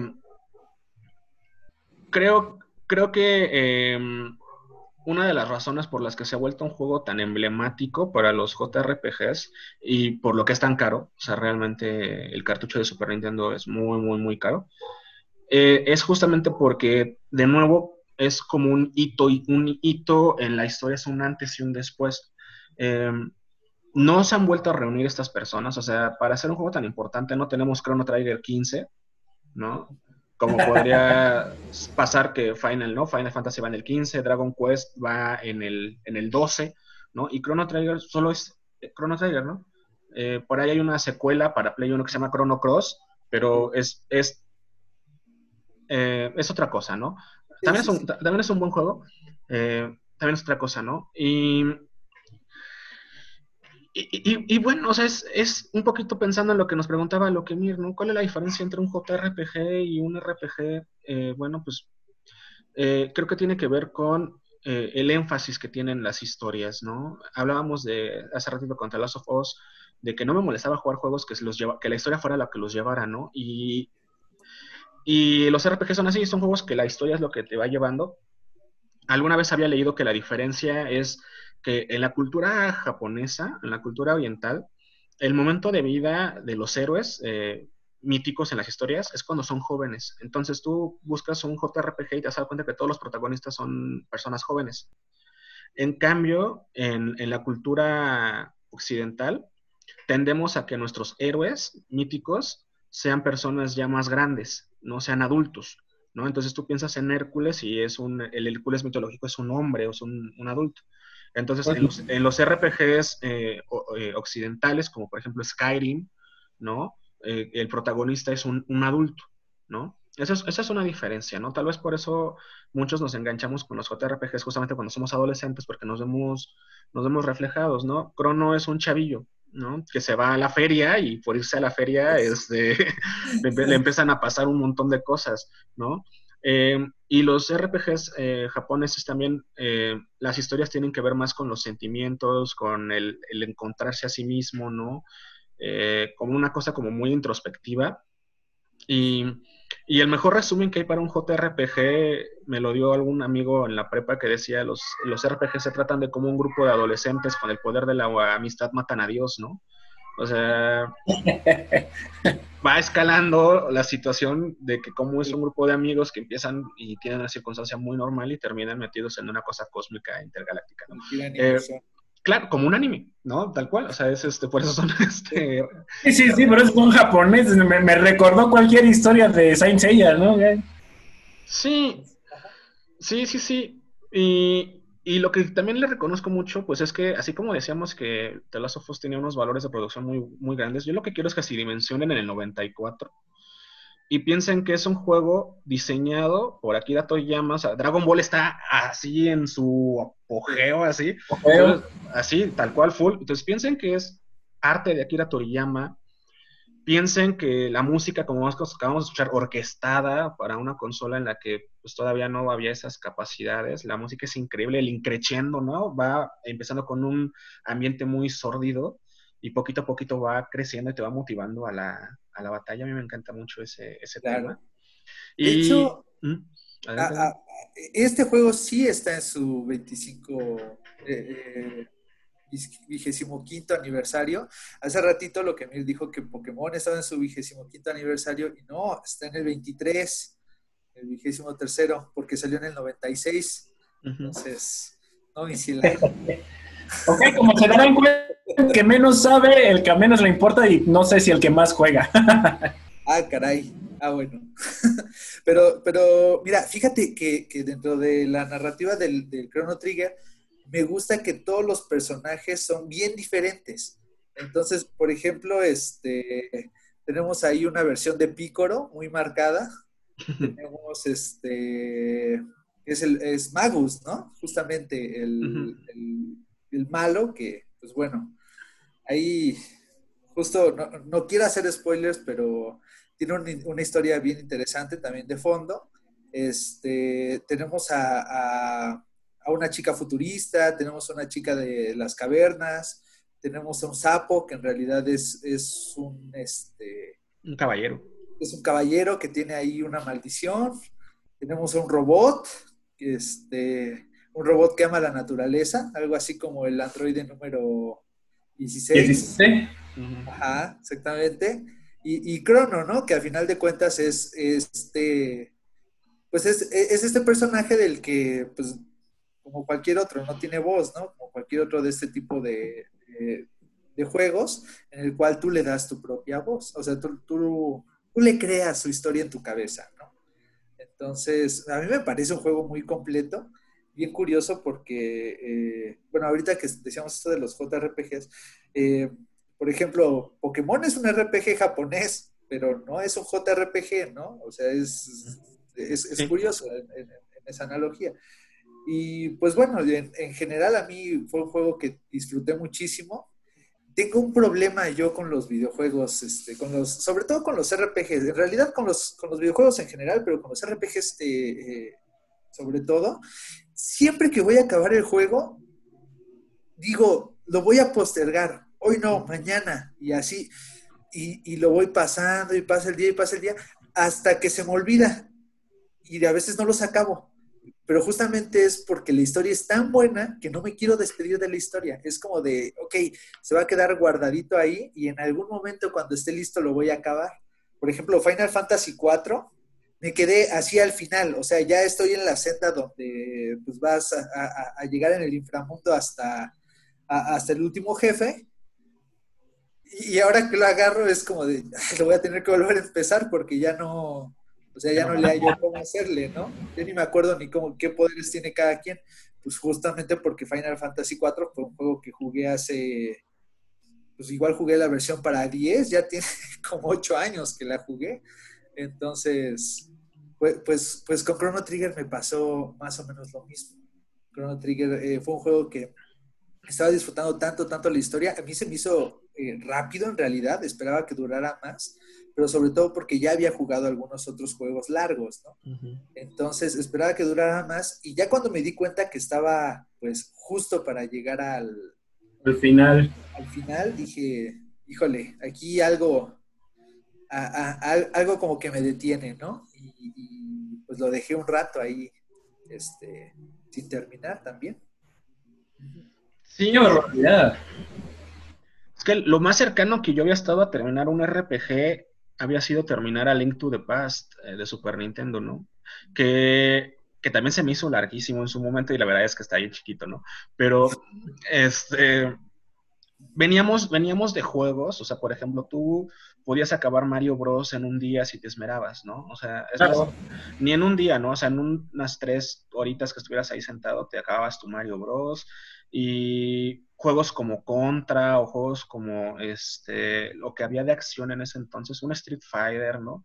creo que una de las razones por las que se ha vuelto un juego tan emblemático para los JRPGs y por lo que es tan caro, o sea, realmente el cartucho de Super Nintendo es muy, muy, muy caro, es justamente porque, de nuevo, es como un hito en la historia, es un antes y un después. Eh, no se han vuelto a reunir estas personas, o sea, para hacer un juego tan importante no tenemos Chrono Trigger 15, ¿no? Como podría pasar que Final, ¿no? Final Fantasy va en el 15, Dragon Quest va en el 12, ¿no? Y Chrono Trigger solo es Chrono Trigger, ¿no? Por ahí hay una secuela para Play 1 que se llama Chrono Cross, pero es otra cosa, ¿no? Sí, También es sí, un, sí. también es un buen juego, también es otra cosa, ¿no? Y bueno, o sea, es un poquito pensando en lo que nos preguntaba Lokemir, ¿no? ¿Cuál es la diferencia entre un JRPG y un RPG? Bueno, pues creo que tiene que ver con el énfasis que tienen las historias, ¿no? Hablábamos de hace ratito con The Last of Us, de que no me molestaba jugar juegos que la historia fuera la que los llevara, ¿no? Y los RPG son así, son juegos que la historia es lo que te va llevando. Alguna vez había leído que la diferencia es que en la cultura japonesa, en la cultura oriental, el momento de vida de los héroes míticos en las historias es cuando son jóvenes. Entonces tú buscas un JRPG y te das cuenta que todos los protagonistas son personas jóvenes. En cambio, en la cultura occidental, tendemos a que nuestros héroes míticos sean personas ya más grandes, no sean adultos, ¿no? Entonces tú piensas en Hércules y el Hércules mitológico es un hombre o es un adulto. Entonces en los RPGs occidentales, como por ejemplo Skyrim, ¿no? El protagonista es un adulto, ¿no? Esa es una diferencia, ¿no? Tal vez por eso muchos nos enganchamos con los JRPGs justamente cuando somos adolescentes porque nos vemos reflejados, ¿no? Crono es un chavillo, ¿no? Que se va a la feria y por irse a la feria le empiezan a pasar un montón de cosas, ¿no? Y los RPGs japoneses también, las historias tienen que ver más con los sentimientos, con el encontrarse a sí mismo, ¿no? Como una cosa como muy introspectiva. Y, y el mejor resumen que hay para un JRPG me lo dio algún amigo en la prepa que decía, los RPG se tratan de como un grupo de adolescentes con el poder de la amistad matan a Dios, ¿no? O sea, va escalando la situación de que como es un grupo de amigos que empiezan y tienen una circunstancia muy normal y terminan metidos en una cosa cósmica intergaláctica, ¿no? Cualquier anime Eh, son. claro, como un anime, ¿no? Tal cual, o sea, por eso son Sí, sí, sí, pero es un japonés. Me recordó cualquier historia de Saint Seiya, ¿no? sí, sí, sí, sí. Y lo que también le reconozco mucho, pues es que, así como decíamos que The Last of Us tenía unos valores de producción muy, muy grandes, yo lo que quiero es que se dimensionen en el 94 y piensen que es un juego diseñado por Akira Toriyama. O sea, Dragon Ball está así en su apogeo, así. Ojeo. Entonces, así, tal cual, full. Entonces piensen que es arte de Akira Toriyama. Piensen que la música, como acabamos de escuchar, orquestada para una consola en la que pues, todavía no había esas capacidades, la música es increíble, el increciendo, ¿no? Va empezando con un ambiente muy sórdido y poquito a poquito va creciendo y te va motivando a la batalla. A mí me encanta mucho ese tema. Claro. De Y... hecho, Adelante, a- adelante. a- este juego sí está en su 25 25º aniversario. Hace ratito lo que Mir dijo que Pokémon estaba en su 25º aniversario y no, está en el 23, el 23º, porque salió en el 96. Ujú. Entonces, no, y si la... Ok, como se darán cuenta, el que menos sabe, el que a menos le importa y no sé si el que más juega. Ah, caray. Ah, bueno. Pero mira, fíjate que dentro de la narrativa del Chrono Trigger, me gusta que todos los personajes son bien diferentes. Entonces, por ejemplo, tenemos ahí una versión de Picoro muy marcada. Tenemos es Magus, ¿no? Justamente Ujú. el malo que, pues bueno, ahí justo no quiero hacer spoilers, pero tiene una historia bien interesante también de fondo. Tenemos a una chica futurista, tenemos a una chica de las cavernas, tenemos a un sapo que en realidad Un caballero. es un caballero que tiene ahí una maldición. Tenemos a un robot, un robot que ama la naturaleza, algo así como el androide número 16. 17. Ujú. Ajá, exactamente. Y Crono, ¿no? Que al final de cuentas pues es este personaje del que, pues, como cualquier otro, no tiene voz, ¿no? Como cualquier otro de este tipo de juegos, en el cual tú le das tu propia voz. O sea, tú le creas su historia en tu cabeza, ¿no? Entonces, a mí me parece un juego muy completo, bien curioso porque, bueno, ahorita que decíamos esto de los JRPGs, eh, por ejemplo, Pokémon es un RPG japonés, pero no es un JRPG, ¿no? O sea, es Sí. curioso en esa analogía. Y pues bueno, en general a mí fue un juego que disfruté muchísimo. Tengo un problema yo con los videojuegos, sobre todo con los RPGs, en realidad con los videojuegos en general, pero con los RPGs sobre todo. Siempre que voy a acabar el juego, digo, lo voy a postergar, hoy no, mañana, y así, y lo voy pasando y pasa el día y pasa el día, hasta que se me olvida, y a veces no los acabo. Pero justamente es porque la historia es tan buena que no me quiero despedir de la historia. Es como de, ok, se va a quedar guardadito ahí y en algún momento cuando esté listo lo voy a acabar. Por ejemplo, Final Fantasy IV, me quedé así al final, o sea, ya estoy en la senda donde pues vas a llegar en el inframundo hasta el último jefe. Y ahora que lo agarro es como de, lo voy a tener que volver a empezar porque ya no, o sea, Ya ya no no me le hallo acuerdo. cómo hacerle, ¿no? Ya ni me acuerdo ni cómo, qué poderes tiene cada quien. Pues justamente porque Final Fantasy IV fue un juego que jugué pues igual jugué la versión para 10, ya tiene como 8 años que la jugué. Entonces, pues con Chrono Trigger me pasó más o menos lo mismo. Chrono Trigger fue un juego que estaba disfrutando tanto, tanto la historia. A mí se me hizo rápido en realidad, esperaba que durara más, pero sobre todo porque ya había jugado algunos otros juegos largos, ¿no? Ujú. Entonces esperaba que durara más y ya cuando me di cuenta que estaba pues justo para llegar Al final. al final, dije, híjole, aquí algo como que me detiene, ¿no? Pues lo dejé un rato ahí, sin terminar también. Qué Sí, barbaridad. es que lo más cercano que yo había estado a terminar un RPG había sido terminar a Link to the Past de Super Nintendo, ¿no? Que también se me hizo larguísimo en su momento y la verdad es que está ahí chiquito, ¿no? Pero este, veníamos de juegos, o sea, por ejemplo, tú podías acabar Mario Bros. En un día si te esmerabas, ¿no? O sea, es más, Claro. ni en un día, ¿no? O sea, en unas 3 horitas que estuvieras ahí sentado, te acababas tu Mario Bros. Y juegos como Contra o juegos como lo que había de acción en ese entonces, un Street Fighter, ¿no?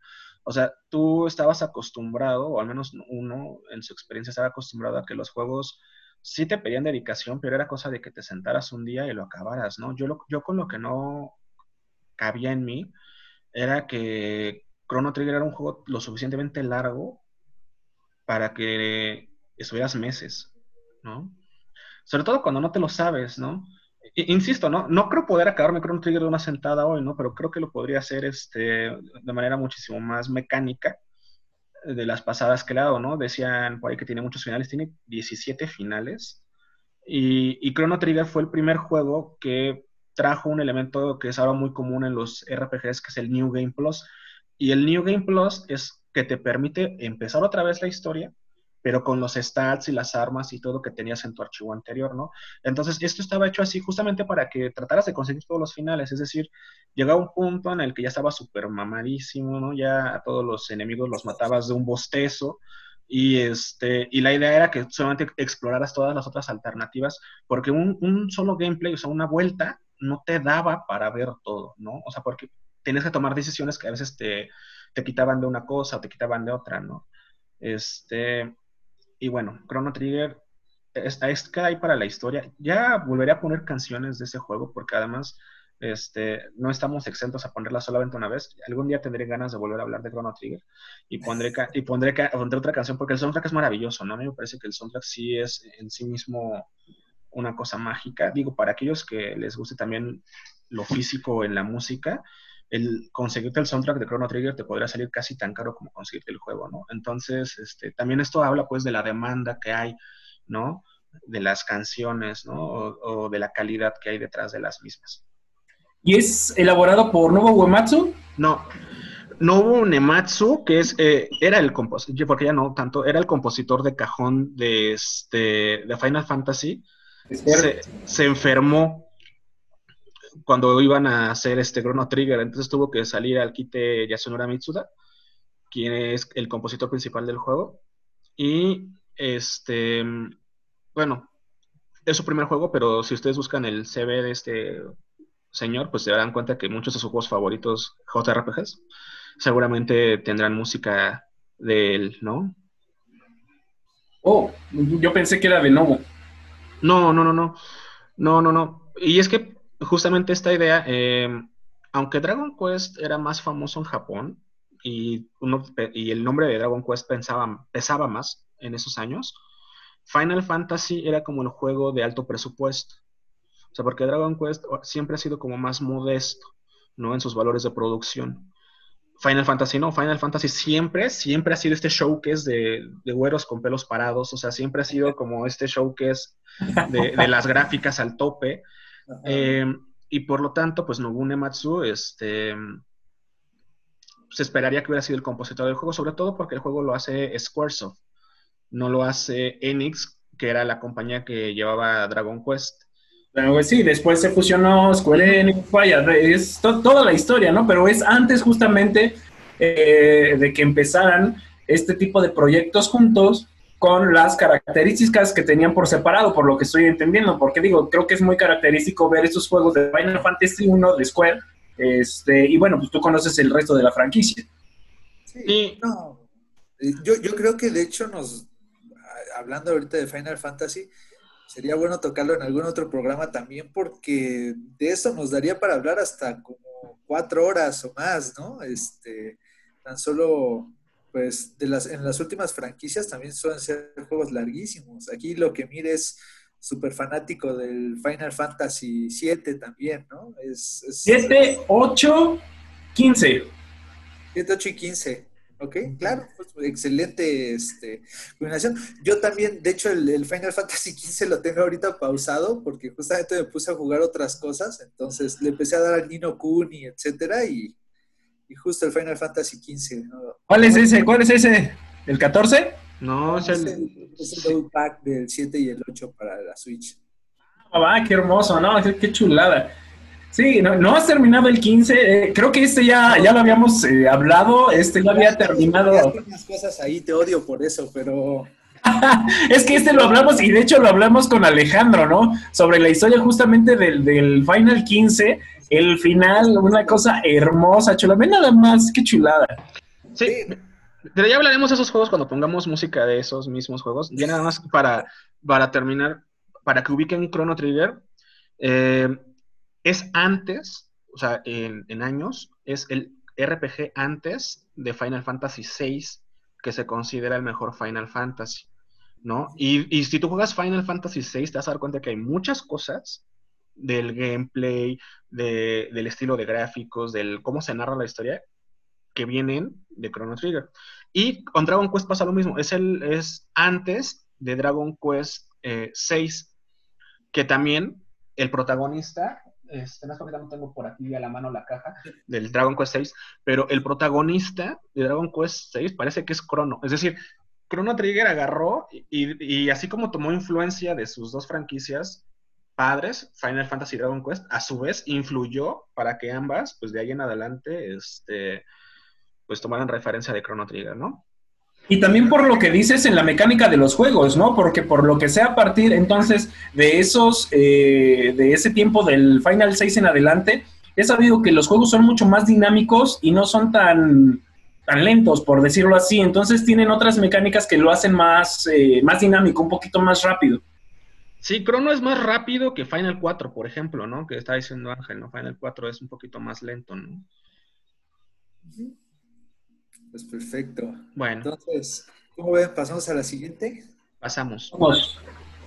O sea, tú estabas acostumbrado, o al menos uno en su experiencia estaba acostumbrado a que los juegos sí te pedían dedicación, pero era cosa de que te sentaras un día y lo acabaras, ¿no? Yo con lo que no cabía en mí era que Chrono Trigger era un juego lo suficientemente largo para que estuvieras meses, ¿no? Sobre todo cuando no te lo sabes, ¿no? Insisto, ¿no? No creo poder acabarme Chrono Trigger de una sentada hoy, ¿no? Pero creo que lo podría hacer de manera muchísimo más mecánica de las pasadas que le he dado, ¿no? Decían por ahí que tiene muchos finales, tiene 17 finales. Y Chrono Trigger fue el primer juego que trajo un elemento que es ahora muy común en los RPGs, que es el New Game Plus. Y el New Game Plus es que te permite empezar otra vez la historia, pero con los stats y las armas y todo que tenías en tu archivo anterior, ¿no? Entonces, esto estaba hecho así justamente para que trataras de conseguir todos los finales, es decir, llegaba un punto en el que ya estaba súper mamadísimo, ¿no? Ya a todos los enemigos los matabas de un bostezo, y la idea era que solamente exploraras todas las otras alternativas, porque un solo gameplay, o sea, una vuelta, no te daba para ver todo, ¿no? O sea, porque tenías que tomar decisiones que a veces te quitaban de una cosa o te quitaban de otra, ¿no? Y bueno, Chrono Trigger queda ahí para la historia. Ya volveré a poner canciones de ese juego porque además no estamos exentos a ponerla solamente una vez. Algún día tendré ganas de volver a hablar de Chrono Trigger y pondré otra canción porque el soundtrack es maravilloso, ¿no? A mí me parece que el soundtrack sí es en sí mismo una cosa mágica. Digo, para aquellos que les guste también lo físico en la música, el conseguirte el soundtrack de Chrono Trigger te podría salir casi tan caro como conseguirte el juego, ¿no? Entonces, también esto habla pues de la demanda que hay, ¿no? De las canciones, ¿no? O de la calidad que hay detrás de las mismas. ¿Y es elaborado por Nobuo Uematsu? No, Nobuo Uematsu, que era el compositor, porque ya no tanto, era el compositor de cajón de Final Fantasy. Se enfermó cuando iban a hacer Chrono Trigger, entonces tuvo que salir al quite Yasunori Mitsuda, quien es el compositor principal del juego, y bueno, es su primer juego, pero si ustedes buscan el CV de este señor, pues se darán cuenta que muchos de sus juegos favoritos, JRPGs, seguramente tendrán música de él, ¿no? Oh, yo pensé que era de Nobuo. No. Y es que justamente esta idea, aunque Dragon Quest era más famoso en Japón y el nombre de Dragon Quest pesaba más en esos años, Final Fantasy era como el juego de alto presupuesto. O sea, porque Dragon Quest siempre ha sido como más modesto, ¿no? En sus valores de producción. Final Fantasy no, Final Fantasy siempre ha sido este showcase de güeros con pelos parados, o sea, siempre ha sido como este showcase de las gráficas al tope, y por lo tanto, pues Nobuo Uematsu, se esperaría que hubiera sido el compositor del juego, sobre todo porque el juego lo hace Squaresoft, no lo hace Enix, que era la compañía que llevaba Dragon Quest. Pero sí, después se fusionó Square Enix, vaya, es toda la historia, ¿no? Pero es antes justamente de que empezaran este tipo de proyectos juntos con las características que tenían por separado, por lo que estoy entendiendo, porque digo, creo que es muy característico ver estos juegos de Final Fantasy 1 de Square, y bueno, pues tú conoces el resto de la franquicia. Sí, no. Yo creo que de hecho hablando ahorita de Final Fantasy, sería bueno tocarlo en algún otro programa también, porque de eso nos daría para hablar hasta como 4 horas o más, ¿no? Tan solo, pues, en las últimas franquicias también suelen ser juegos larguísimos. Aquí lo que mire es súper fanático del Final Fantasy 7 también, ¿no? 7, 8, 15. 7, 8 y 15. Ok, claro, pues, excelente combinación. Yo también, de hecho, el Final Fantasy XV lo tengo ahorita pausado porque justamente me puse a jugar otras cosas, entonces le empecé a dar al Ni no Kuni, etcétera, y justo el Final Fantasy XV. ¿No? ¿Cuál es ese? ¿Cuál es ese? ¿El 14? No, es el double pack del 7 y el 8 para la Switch. Ah, qué hermoso, ¿no? Qué chulada. Sí, no has terminado el 15, creo que ya lo habíamos hablado, ya había terminado. Ya tengo unas cosas ahí, te odio por eso, pero... Es que lo hablamos, y de hecho lo hablamos con Alejandro, ¿no? Sobre la historia justamente del Final 15, el final, una cosa hermosa, chula, ve nada más, qué chulada. Sí, pero ya hablaremos de esos juegos cuando pongamos música de esos mismos juegos. Ya nada más para terminar, para que ubiquen Chrono Trigger, es antes, o sea, en años, es el RPG antes de Final Fantasy VI, que se considera el mejor Final Fantasy, ¿no? Y si tú juegas Final Fantasy VI, te vas a dar cuenta que hay muchas cosas del gameplay, del estilo de gráficos, del cómo se narra la historia, que vienen de Chrono Trigger. Y con Dragon Quest pasa lo mismo, es antes de Dragon Quest 6, que también el protagonista, no tengo por aquí a la mano la caja del Dragon Quest 6, pero el protagonista de Dragon Quest 6 parece que es Chrono, es decir, Chrono Trigger agarró y así como tomó influencia de sus dos franquicias padres, Final Fantasy y Dragon Quest, a su vez influyó para que ambas, pues de ahí en adelante, pues tomaran referencia de Chrono Trigger, ¿no? Y también por lo que dices en la mecánica de los juegos, ¿no? Porque por lo que sea a partir entonces de de ese tiempo del Final 6 en adelante, he sabido que los juegos son mucho más dinámicos y no son tan lentos, por decirlo así. Entonces tienen otras mecánicas que lo hacen más dinámico, un poquito más rápido. Sí, Chrono es más rápido que Final 4, por ejemplo, ¿no? Que está diciendo Ángel, ¿no? Final 4 es un poquito más lento, ¿no? Pues perfecto. Bueno. Entonces, ¿cómo ven? ¿Pasamos a la siguiente? Pasamos. Vamos.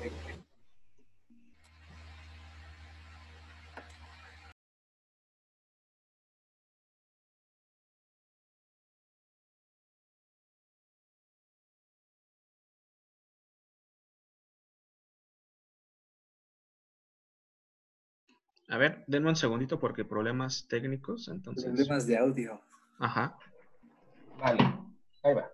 A ver, denme un segundito porque problemas técnicos, entonces. Problemas de audio. Ajá. Vale, ahí va.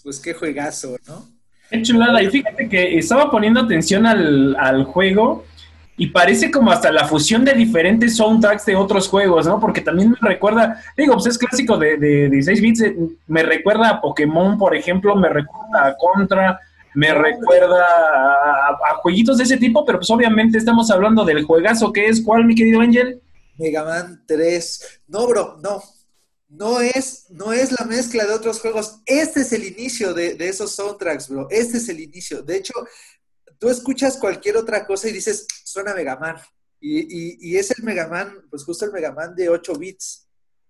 pues qué juegazo, ¿no? Qué chulada. Y fíjate que estaba poniendo atención al juego y parece como hasta la fusión de diferentes soundtracks de otros juegos, ¿no? Porque también me recuerda, digo, pues es clásico de 16 bits, me recuerda a Pokémon, por ejemplo, me recuerda a Contra, me recuerda a jueguitos de ese tipo, pero pues obviamente estamos hablando del juegazo que es, ¿cuál, mi querido Ángel? Mega Man 3. No, bro, no. No es la mezcla de otros juegos. Este es el inicio de esos soundtracks, bro. Este es el inicio. De hecho, tú escuchas cualquier otra cosa y dices, suena Mega Man. Y es el Mega Man, pues justo el Mega Man de 8 bits.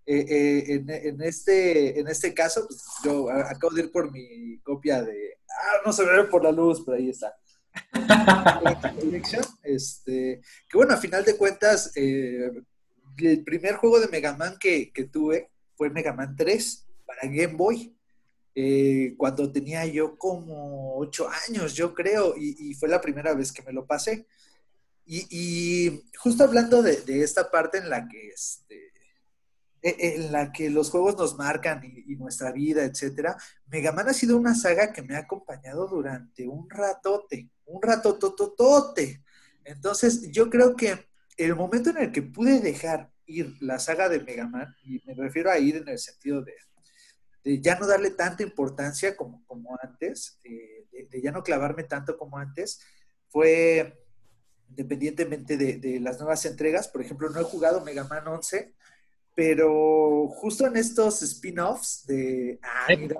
En este caso, pues, yo acabo de ir por mi copia de... no se ve por la luz, pero ahí está. Collection, que bueno, a final de cuentas, el primer juego de Mega Man que tuve fue Mega Man 3 para Game Boy, cuando tenía yo como 8 años, yo creo, y fue la primera vez que me lo pasé. Y justo hablando de esta parte en la que los juegos nos marcan y nuestra vida, etcétera, Mega Man ha sido una saga que me ha acompañado durante un ratototote. Entonces, yo creo que el momento en el que pude dejar ir la saga de Mega Man, y me refiero a ir en el sentido de ya no darle tanta importancia como antes, de ya no clavarme tanto como antes, fue independientemente de las nuevas entregas. Por ejemplo, no he jugado Mega Man 11, pero justo en estos spin-offs mira.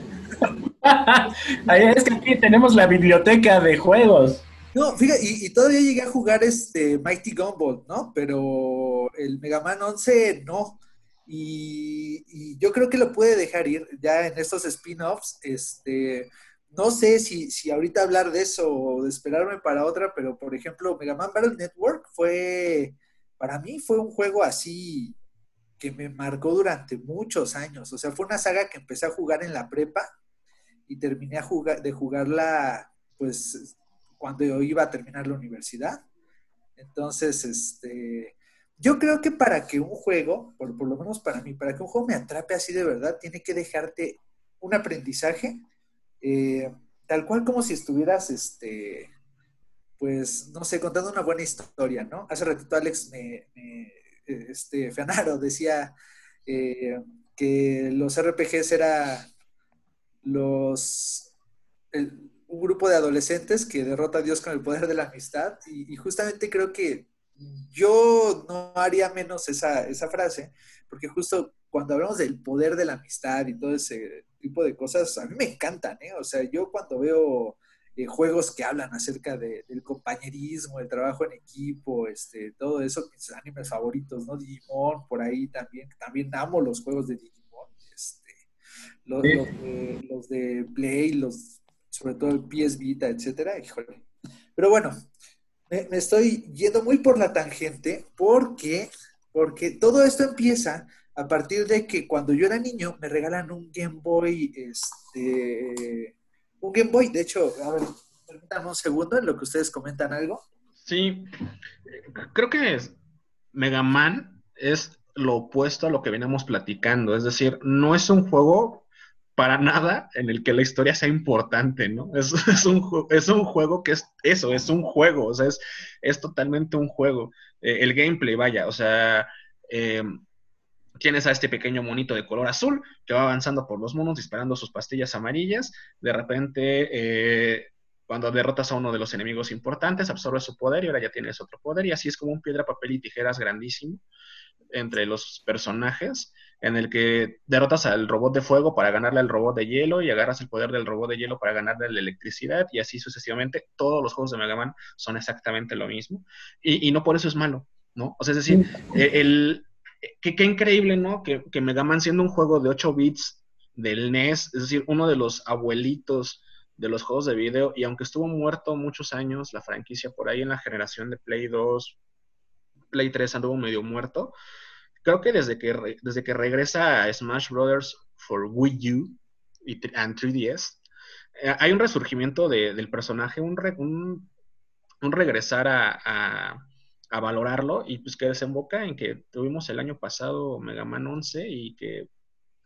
Ahí es que aquí tenemos la biblioteca de juegos. No, fíjate, y todavía llegué a jugar Mighty Gumball, ¿no? Pero el Mega Man 11 no. Y yo creo que lo puede dejar ir ya en estos spin-offs. No sé si ahorita hablar de eso o de esperarme para otra, pero por ejemplo, Mega Man Battle Network para mí fue un juego así que me marcó durante muchos años. O sea, fue una saga que empecé a jugar en la prepa y terminé de jugarla, pues, cuando yo iba a terminar la universidad. Entonces, yo creo que para que un juego, por lo menos para mí, para que un juego me atrape así de verdad, tiene que dejarte un aprendizaje, tal cual como si estuvieras, pues, no sé, contando una buena historia, ¿no? Hace ratito Alex Fenaro decía eh, que los RPGs era los, un grupo de adolescentes que derrota a Dios con el poder de la amistad, y justamente creo que yo no haría menos esa frase, porque justo cuando hablamos del poder de la amistad y todo ese tipo de cosas, a mí me encantan, ¿eh? O sea, yo cuando veo juegos que hablan acerca del compañerismo, el trabajo en equipo, todo eso, mis animes favoritos, ¿no? Digimon, por ahí también amo los juegos de Digimon, los de Play, sobre todo el PS Vita, etcétera, híjole. Pero bueno, me estoy yendo muy por la tangente porque todo esto empieza a partir de que cuando yo era niño me regalan un Game Boy. De hecho, a ver, permítanme un segundo en lo que ustedes comentan algo. Sí, creo que Mega Man es lo opuesto a lo que veníamos platicando. Es decir, no es un juego para nada en el que la historia sea importante, ¿no? Es un juego que es eso, es un juego, o sea, es totalmente un juego. El gameplay, vaya, o sea, eh, tienes a este pequeño monito de color azul que va avanzando por los mundos disparando sus pastillas amarillas. De repente, cuando derrotas a uno de los enemigos importantes, absorbe su poder y ahora ya tienes otro poder. Y así es como un piedra, papel y tijeras grandísimo entre los personajes, en el que derrotas al robot de fuego para ganarle al robot de hielo y agarras el poder del robot de hielo para ganarle la electricidad, y así sucesivamente. Todos los juegos de Mega Man son exactamente lo mismo, y no por eso es malo, ¿no? O sea, es decir, qué increíble, ¿no? Que Mega Man, siendo un juego de 8 bits del NES, es decir, uno de los abuelitos de los juegos de video, y aunque estuvo muerto muchos años la franquicia por ahí en la generación de Play 2, Play 3 anduvo medio muerto. Creo que desde que regresa a Smash Brothers for Wii U and 3DS, hay un resurgimiento del personaje, un regresar a valorarlo, y pues que desemboca en que tuvimos el año pasado Mega Man 11 y que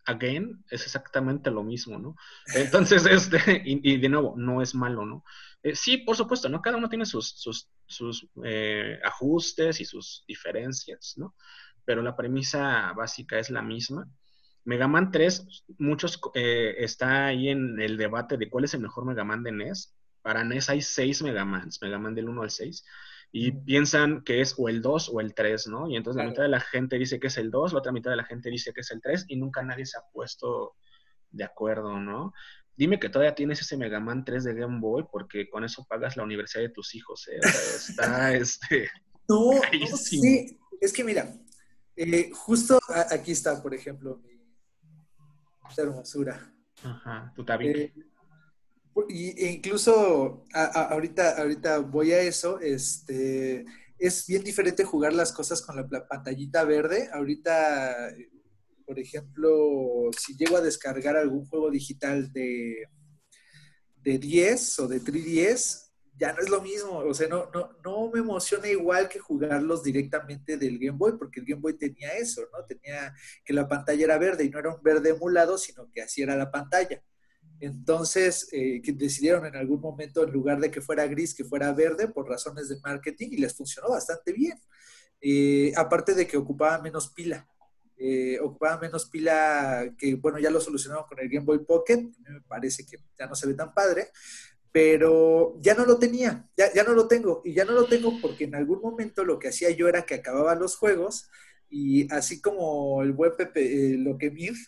again, es exactamente lo mismo, ¿no? Entonces, y de nuevo, no es malo, ¿no? Sí, por supuesto, ¿no? Cada uno tiene sus ajustes y sus diferencias, ¿no? Pero la premisa básica es la misma. Mega Man 3, muchos está ahí en el debate de cuál es el mejor Mega Man de NES. Para NES hay 6 Mega Mans, Mega Man del 1 al 6, y piensan que es o el 2 o el 3, ¿no? Y entonces la mitad de la gente dice que es el 2, la otra mitad de la gente dice que es el 3, y nunca nadie se ha puesto de acuerdo, ¿no? Dime que todavía tienes ese Mega Man 3 de Game Boy, porque con eso pagas la universidad de tus hijos, ¿eh? O sea, está, No, no carísimo. sé. Es que mira, justo aquí está, por ejemplo, esta hermosura. Ajá, tu tabique. Eh, e incluso ahorita voy a eso, es bien diferente jugar las cosas con la pantallita verde. Ahorita, por ejemplo, si llego a descargar algún juego digital de 10 o de 3DS, ya no es lo mismo. O sea, no me emociona igual que jugarlos directamente del Game Boy, porque el Game Boy tenía eso, ¿no? Tenía que la pantalla era verde y no era un verde emulado, sino que así era la pantalla. Entonces, que decidieron en algún momento, en lugar de que fuera gris, que fuera verde por razones de marketing, y les funcionó bastante bien. Aparte de que ocupaba menos pila que, bueno, ya lo solucionaron con el Game Boy Pocket, a mí me parece que ya no se ve tan padre, pero ya no lo tenía, ya no lo tengo, y ya no lo tengo porque en algún momento lo que hacía yo era que acababa los juegos, y así como el buen Pepe, lo que mir,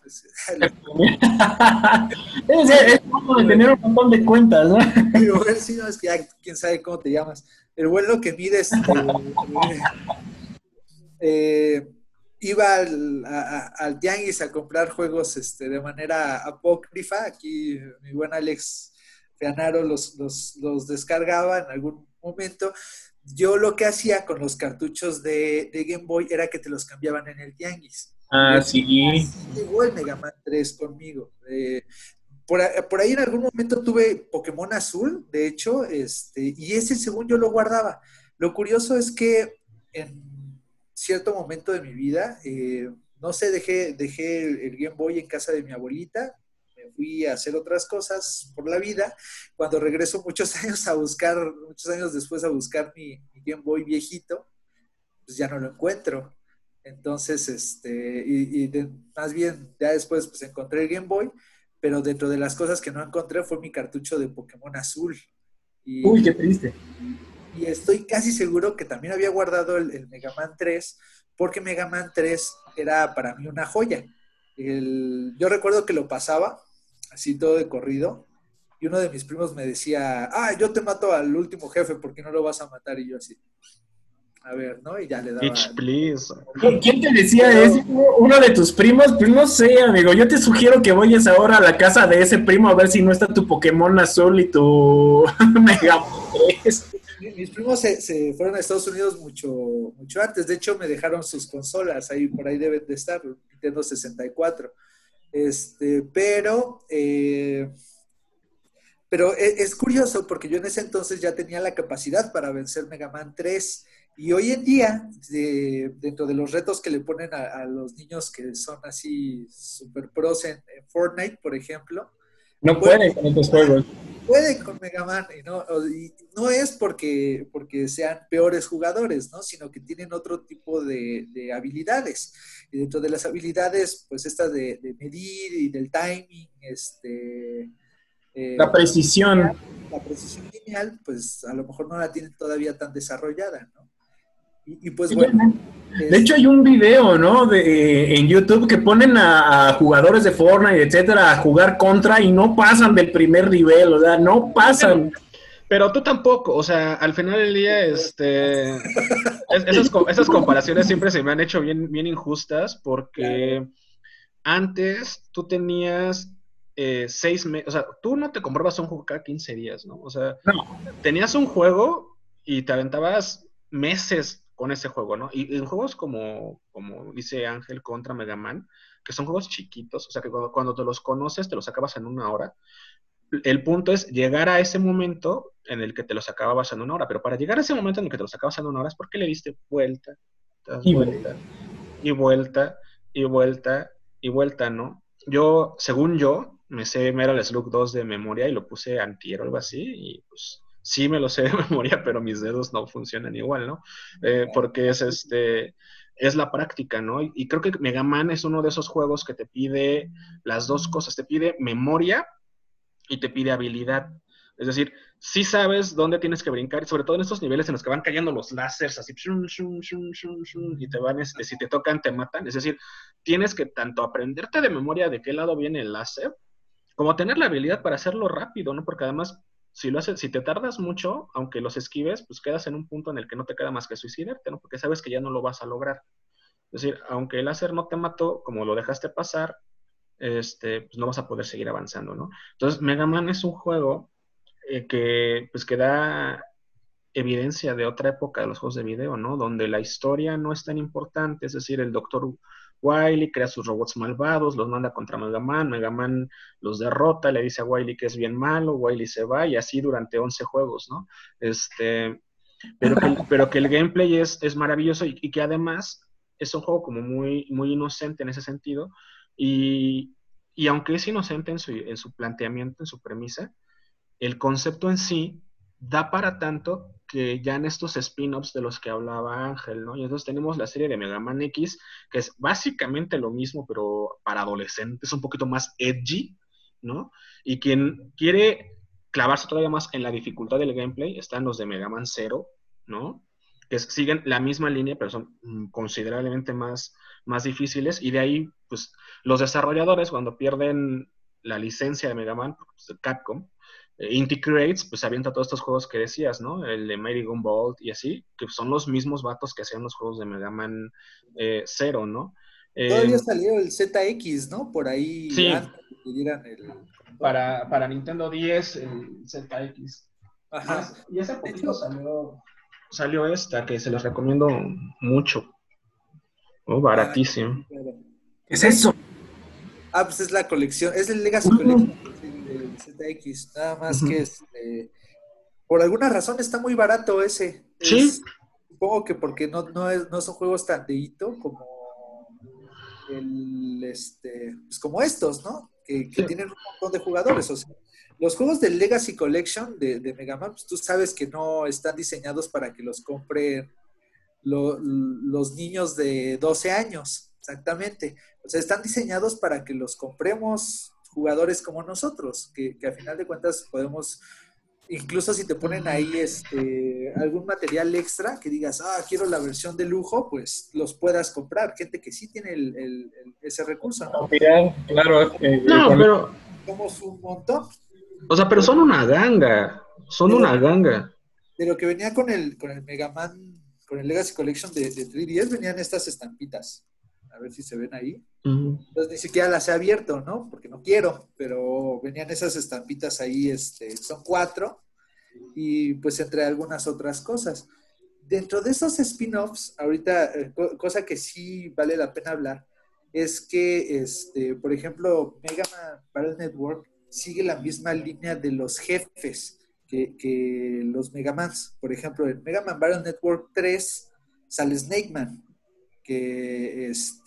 Es como de tener un montón de cuentas, ¿no? pero él sí, no, es que ya quién sabe cómo te llamas. El buen lo que mide, eh, iba al tianguis a comprar juegos de manera apócrifa. Aquí mi buen Alex Feanaro los descargaba en algún momento. Yo lo que hacía con los cartuchos de Game Boy era que te los cambiaban en el tianguis. Y de Ah, hecho, sí. así llegó el Mega Man 3 conmigo. Por ahí en algún momento tuve Pokémon Azul, de hecho, y ese según yo lo guardaba. Lo curioso es que en cierto momento de mi vida, no sé, dejé el Game Boy en casa de mi abuelita, me fui a hacer otras cosas por la vida. Cuando regreso muchos años después a buscar mi Game Boy viejito, pues ya no lo encuentro. Entonces, más bien, ya después pues encontré el Game Boy, pero dentro de las cosas que no encontré fue mi cartucho de Pokémon Azul. Uy, qué Y, triste. y estoy casi seguro que también había guardado el Mega Man 3, porque Mega Man 3 era para mí una joya. Yo recuerdo que lo pasaba, así todo de corrido, y uno de mis primos me decía, yo te mato al último jefe, ¿por qué no lo vas a matar? Y yo así, a ver, ¿no? Y ya le daba... Bitch, please. ¿Quién te decía eso? Pero ¿Uno de tus primos? Pues no sé, amigo. Yo te sugiero que vayas ahora a la casa de ese primo a ver si no está tu Pokémon Azul y tu Mega Man 3. mis primos se fueron a Estados Unidos mucho antes. De hecho, me dejaron sus consolas. Ahí, por ahí deben de estar, Nintendo 64. Pero, es curioso porque yo en ese entonces ya tenía la capacidad para vencer Mega Man 3. Y hoy en día, dentro de los retos que le ponen a los niños que son así super pros en Fortnite, por ejemplo, No pueden pueden con estos juegos. con Mega Man, y no es porque sean peores jugadores, ¿no? Sino que tienen otro tipo de habilidades. Y dentro de las habilidades, pues esta de medir y del timing, La precisión. la precisión lineal, pues a lo mejor no la tienen todavía tan desarrollada, ¿no? Y pues bueno, De hecho, hay un video, ¿no? En YouTube que ponen a jugadores de Fortnite, etcétera, a jugar contra y no pasan del primer nivel, o sea, no pasan. Pero tú tampoco, o sea, al final del día, esas comparaciones siempre se me han hecho bien, bien injustas, porque antes tú tenías 6 meses, o sea, tú no te comprabas un juego cada 15 días, ¿no? O sea, No, tenías un juego y te aventabas meses con ese juego, ¿no? Y en juegos como dice Ángel contra Mega Man, que son juegos chiquitos, o sea, que cuando te los conoces te los acabas en una hora. El punto es llegar a ese momento en el que te los acababas en una hora, pero para llegar a ese momento en el que te los acabas en una hora es porque le diste vuelta, tras y vuelta, y vuelta, y vuelta, y vuelta, ¿no? según yo, me sé Metal Slug 2 de memoria y lo puse antier o algo así, y pues sí me lo sé de memoria, pero mis dedos no funcionan igual, ¿no? Porque es la práctica, ¿no? Y creo que Mega Man es uno de esos juegos que te pide las dos cosas, te pide memoria y te pide habilidad. Es decir, sí sabes dónde tienes que brincar, sobre todo en estos niveles en los que van cayendo los láseres así, shum, shum, shum, shum, shum, y te van, si te tocan, te matan. Es decir, tienes que tanto aprenderte de memoria de qué lado viene el láser, como tener la habilidad para hacerlo rápido, ¿no? Porque además, si te tardas mucho, aunque los esquives, pues quedas en un punto en el que no te queda más que suicidarte, ¿no? Porque sabes que ya no lo vas a lograr. Es decir, aunque el láser no te mató, como lo dejaste pasar, pues no vas a poder seguir avanzando, ¿no? Entonces, Mega Man es un juego que da evidencia de otra época de los juegos de video, ¿no? Donde la historia no es tan importante, es decir, el Doctor Wily crea sus robots malvados, los manda contra Mega Man los derrota, le dice a Wily que es bien malo, Wily se va y así durante 11 juegos, ¿no? Pero que el gameplay es maravilloso y que además es un juego como muy, muy inocente en ese sentido y aunque es inocente en su planteamiento, en su premisa, el concepto en sí da para tanto que ya en estos spin-offs de los que hablaba Ángel, ¿no? Y entonces tenemos la serie de Mega Man X, que es básicamente lo mismo, pero para adolescentes, un poquito más edgy, ¿no? Y quien quiere clavarse todavía más en la dificultad del gameplay, están los de Mega Man Zero, ¿no? Que siguen la misma línea, pero son considerablemente más difíciles, y de ahí, pues, los desarrolladores, cuando pierden la licencia de Mega Man, pues, Capcom, Inti Creates, pues avienta todos estos juegos que decías, ¿no? El de Mighty Gumball y así, que son los mismos vatos que hacían los juegos de Mega Man Zero, ¿no? Todavía Eh, salió el ZX, ¿no? Por ahí sí, antes de que dieran el... para Nintendo 10, el ZX. Ajá. Y hace De poquito hecho, salió esta, que se los recomiendo mucho, ¿no? ah, Baratísimo. claro. ¿Qué es eso? Pues es la colección, es el Legacy Uh, Collection, el ZX, nada más que Ujú. por alguna razón está muy barato ese. Sí, Supongo que porque no son juegos tan de hito como pues como estos, ¿no? Que sí. tienen un montón de jugadores. O sea, los juegos del Legacy Collection de Mega Man, pues tú sabes que no están diseñados para que los compren los niños de 12 años, exactamente. O sea, están diseñados para que los compremos jugadores como nosotros, que a final de cuentas podemos, incluso si te ponen ahí algún material extra que digas, quiero la versión de lujo, pues los puedas comprar. Gente que sí tiene ese recurso, ¿no? Mira, claro, No, con Somos un montón. o sea, pero Por son ejemplo, una ganga, son de lo una que, ganga. de lo que venía con el Mega Man, con el Legacy Collection de 3DS, venían estas estampitas. A ver si se ven ahí. Ujú. Entonces ni siquiera las he abierto, ¿no? Porque no quiero, pero venían esas estampitas ahí, son 4, y pues entre algunas otras cosas. Dentro de esos spin-offs, ahorita, cosa que sí vale la pena hablar, es que, por ejemplo, Mega Man Battle Network sigue la misma línea de los jefes que los Mega Mans. Por ejemplo, en Mega Man Battle Network 3 sale Snake Man, que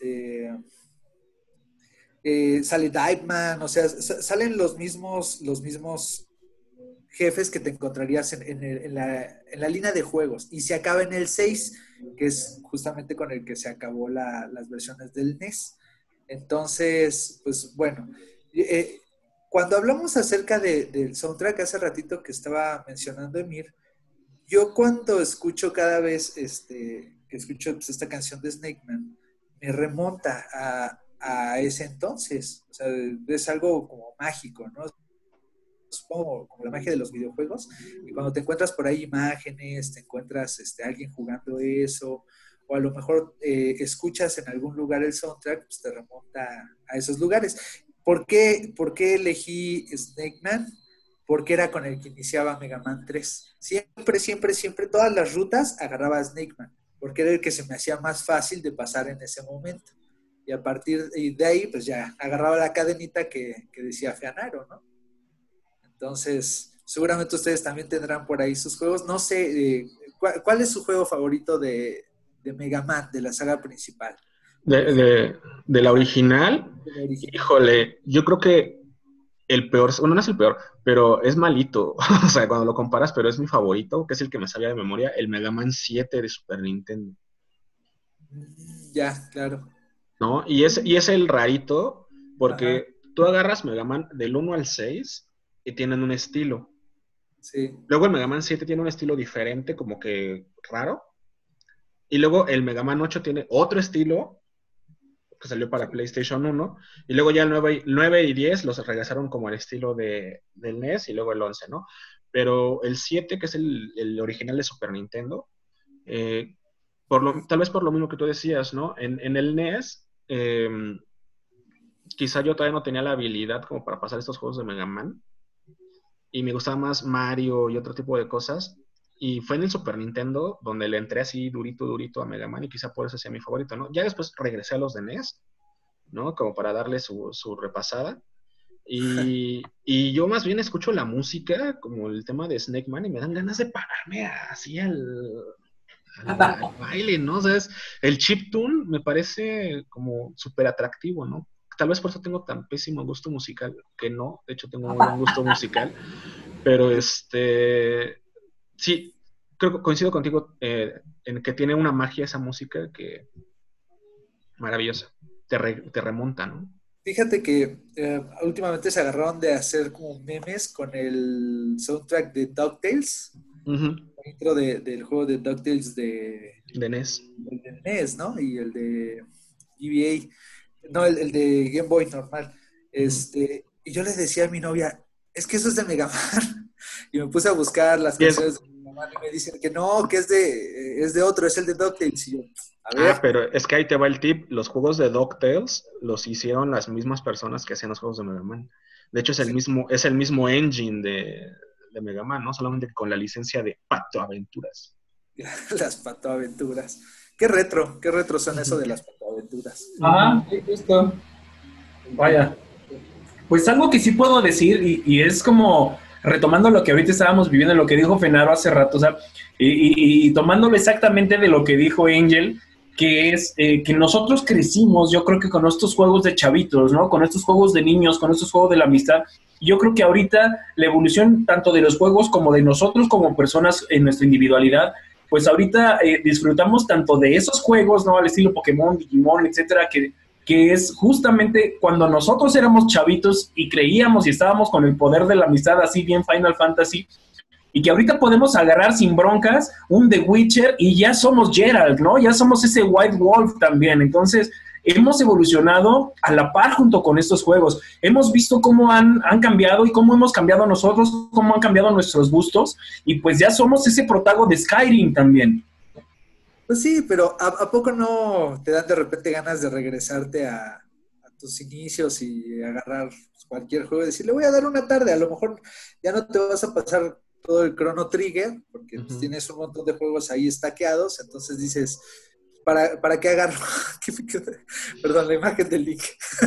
sale Dive Man, o sea, salen los mismos jefes que te encontrarías en la línea de juegos. Y se acaba en el 6, que es justamente con el que se acabó las versiones del NES. Entonces, pues bueno, eh, cuando hablamos acerca del soundtrack hace ratito que estaba mencionando Emir, yo cuando escucho cada vez que escucho pues, esta canción de Snake Man, me remonta a ese entonces. O sea, es algo como mágico, ¿no? Supongo como la magia de los videojuegos, y cuando te encuentras por ahí imágenes, te encuentras alguien jugando eso, o a lo mejor escuchas en algún lugar el soundtrack, pues te remonta a esos lugares. ¿Por qué elegí Snake Man? Porque era con el que iniciaba Mega Man 3. Siempre, siempre, siempre, todas las rutas agarraba a Snake Man, porque era el que se me hacía más fácil de pasar en ese momento. Y a partir de ahí, pues ya agarraba la cadenita que decía Feanaro, ¿no? Entonces, seguramente ustedes también tendrán por ahí sus juegos. No sé, ¿cuál es su juego favorito de Mega Man, de la saga principal? De, de, de la Ajá. original, Híjole, yo creo que el peor, bueno, no es el peor, pero es malito. O sea, cuando lo comparas, pero es mi favorito, que es el que me sabía de memoria, el Mega Man 7 de Super Nintendo, Ya, claro. ¿no? Y es el rarito, Ajá, porque tú agarras Mega Man del 1 al 6 y tienen un estilo. sí. Luego el Mega Man 7 tiene un estilo diferente, como que raro. Y luego el Mega Man 8 tiene otro estilo que salió para PlayStation 1. Y luego ya el 9 y 10 los regresaron como al estilo del NES y luego el 11, ¿no? Pero el 7, que es el original de Super Nintendo, eh, tal vez por lo mismo que tú decías, ¿no? En el NES, quizá yo todavía no tenía la habilidad como para pasar estos juegos de Mega Man y me gustaba más Mario y otro tipo de cosas. Y fue en el Super Nintendo donde le entré así durito, durito a Mega Man y quizá por eso sea mi favorito, ¿no? Ya después regresé a los de NES, ¿no? Como para darle su repasada. Y yo más bien escucho la música, como el tema de Snake Man, y me dan ganas de pararme así al baile, ¿no? O sea, el chiptune me parece como súper atractivo, ¿no? Tal vez por eso tengo tan pésimo gusto musical, que no, de hecho tengo muy buen gusto musical, pero sí, creo que coincido contigo en que tiene una magia esa música que maravillosa, te remonta, ¿no? Fíjate que últimamente se agarraron de hacer como memes con el soundtrack de DuckTales, Ujú. intro del juego de DuckTales De NES. el de NES, ¿no? Y el de GBA, no, el de Game Boy normal. Ujú. Y yo les decía a mi novia, es que eso es de Mega Man. Y me puse a buscar las Y es, canciones de Mega Man y me dicen que no, que es de otro, es el de DuckTales. Y yo, a ver, pero es que ahí te va el tip. Los juegos de DuckTales los hicieron las mismas personas que hacían los juegos de Mega Man. De hecho, sí, es el mismo engine de Mega Man, ¿no? Solamente que con la licencia de Pato Aventuras. las patoaventuras. Qué retro son eso de las patoaventuras. Ajá, sí, justo. Vaya. Pues algo que sí puedo decir, y es como retomando lo que ahorita estábamos viviendo, lo que dijo Fenaro hace rato, o sea, y tomándolo exactamente de lo que dijo Angel, que es que nosotros crecimos, yo creo que con estos juegos de chavitos, ¿no? Con estos juegos de niños, con estos juegos de la amistad. Y yo creo que ahorita la evolución tanto de los juegos como de nosotros como personas en nuestra individualidad, pues ahorita disfrutamos tanto de esos juegos, ¿no? Al estilo Pokémon, Digimon, etcétera, que es justamente cuando nosotros éramos chavitos y creíamos y estábamos con el poder de la amistad así bien Final Fantasy, y que ahorita podemos agarrar sin broncas un The Witcher y ya somos Geralt, ¿no? Ya somos ese White Wolf también. Entonces, hemos evolucionado a la par junto con estos juegos. Hemos visto cómo han cambiado y cómo hemos cambiado nosotros, cómo han cambiado nuestros gustos, y pues ya somos ese protago de Skyrim también. Pues sí, pero ¿a poco no te dan de repente ganas de regresarte a tus inicios y agarrar pues, cualquier juego y decir, le voy a dar una tarde? A lo mejor ya no te vas a pasar todo el Chrono Trigger, porque pues, Ujú. tienes un montón de juegos ahí estaqueados, entonces dices, ¿para qué agarro? Perdón, la imagen del link.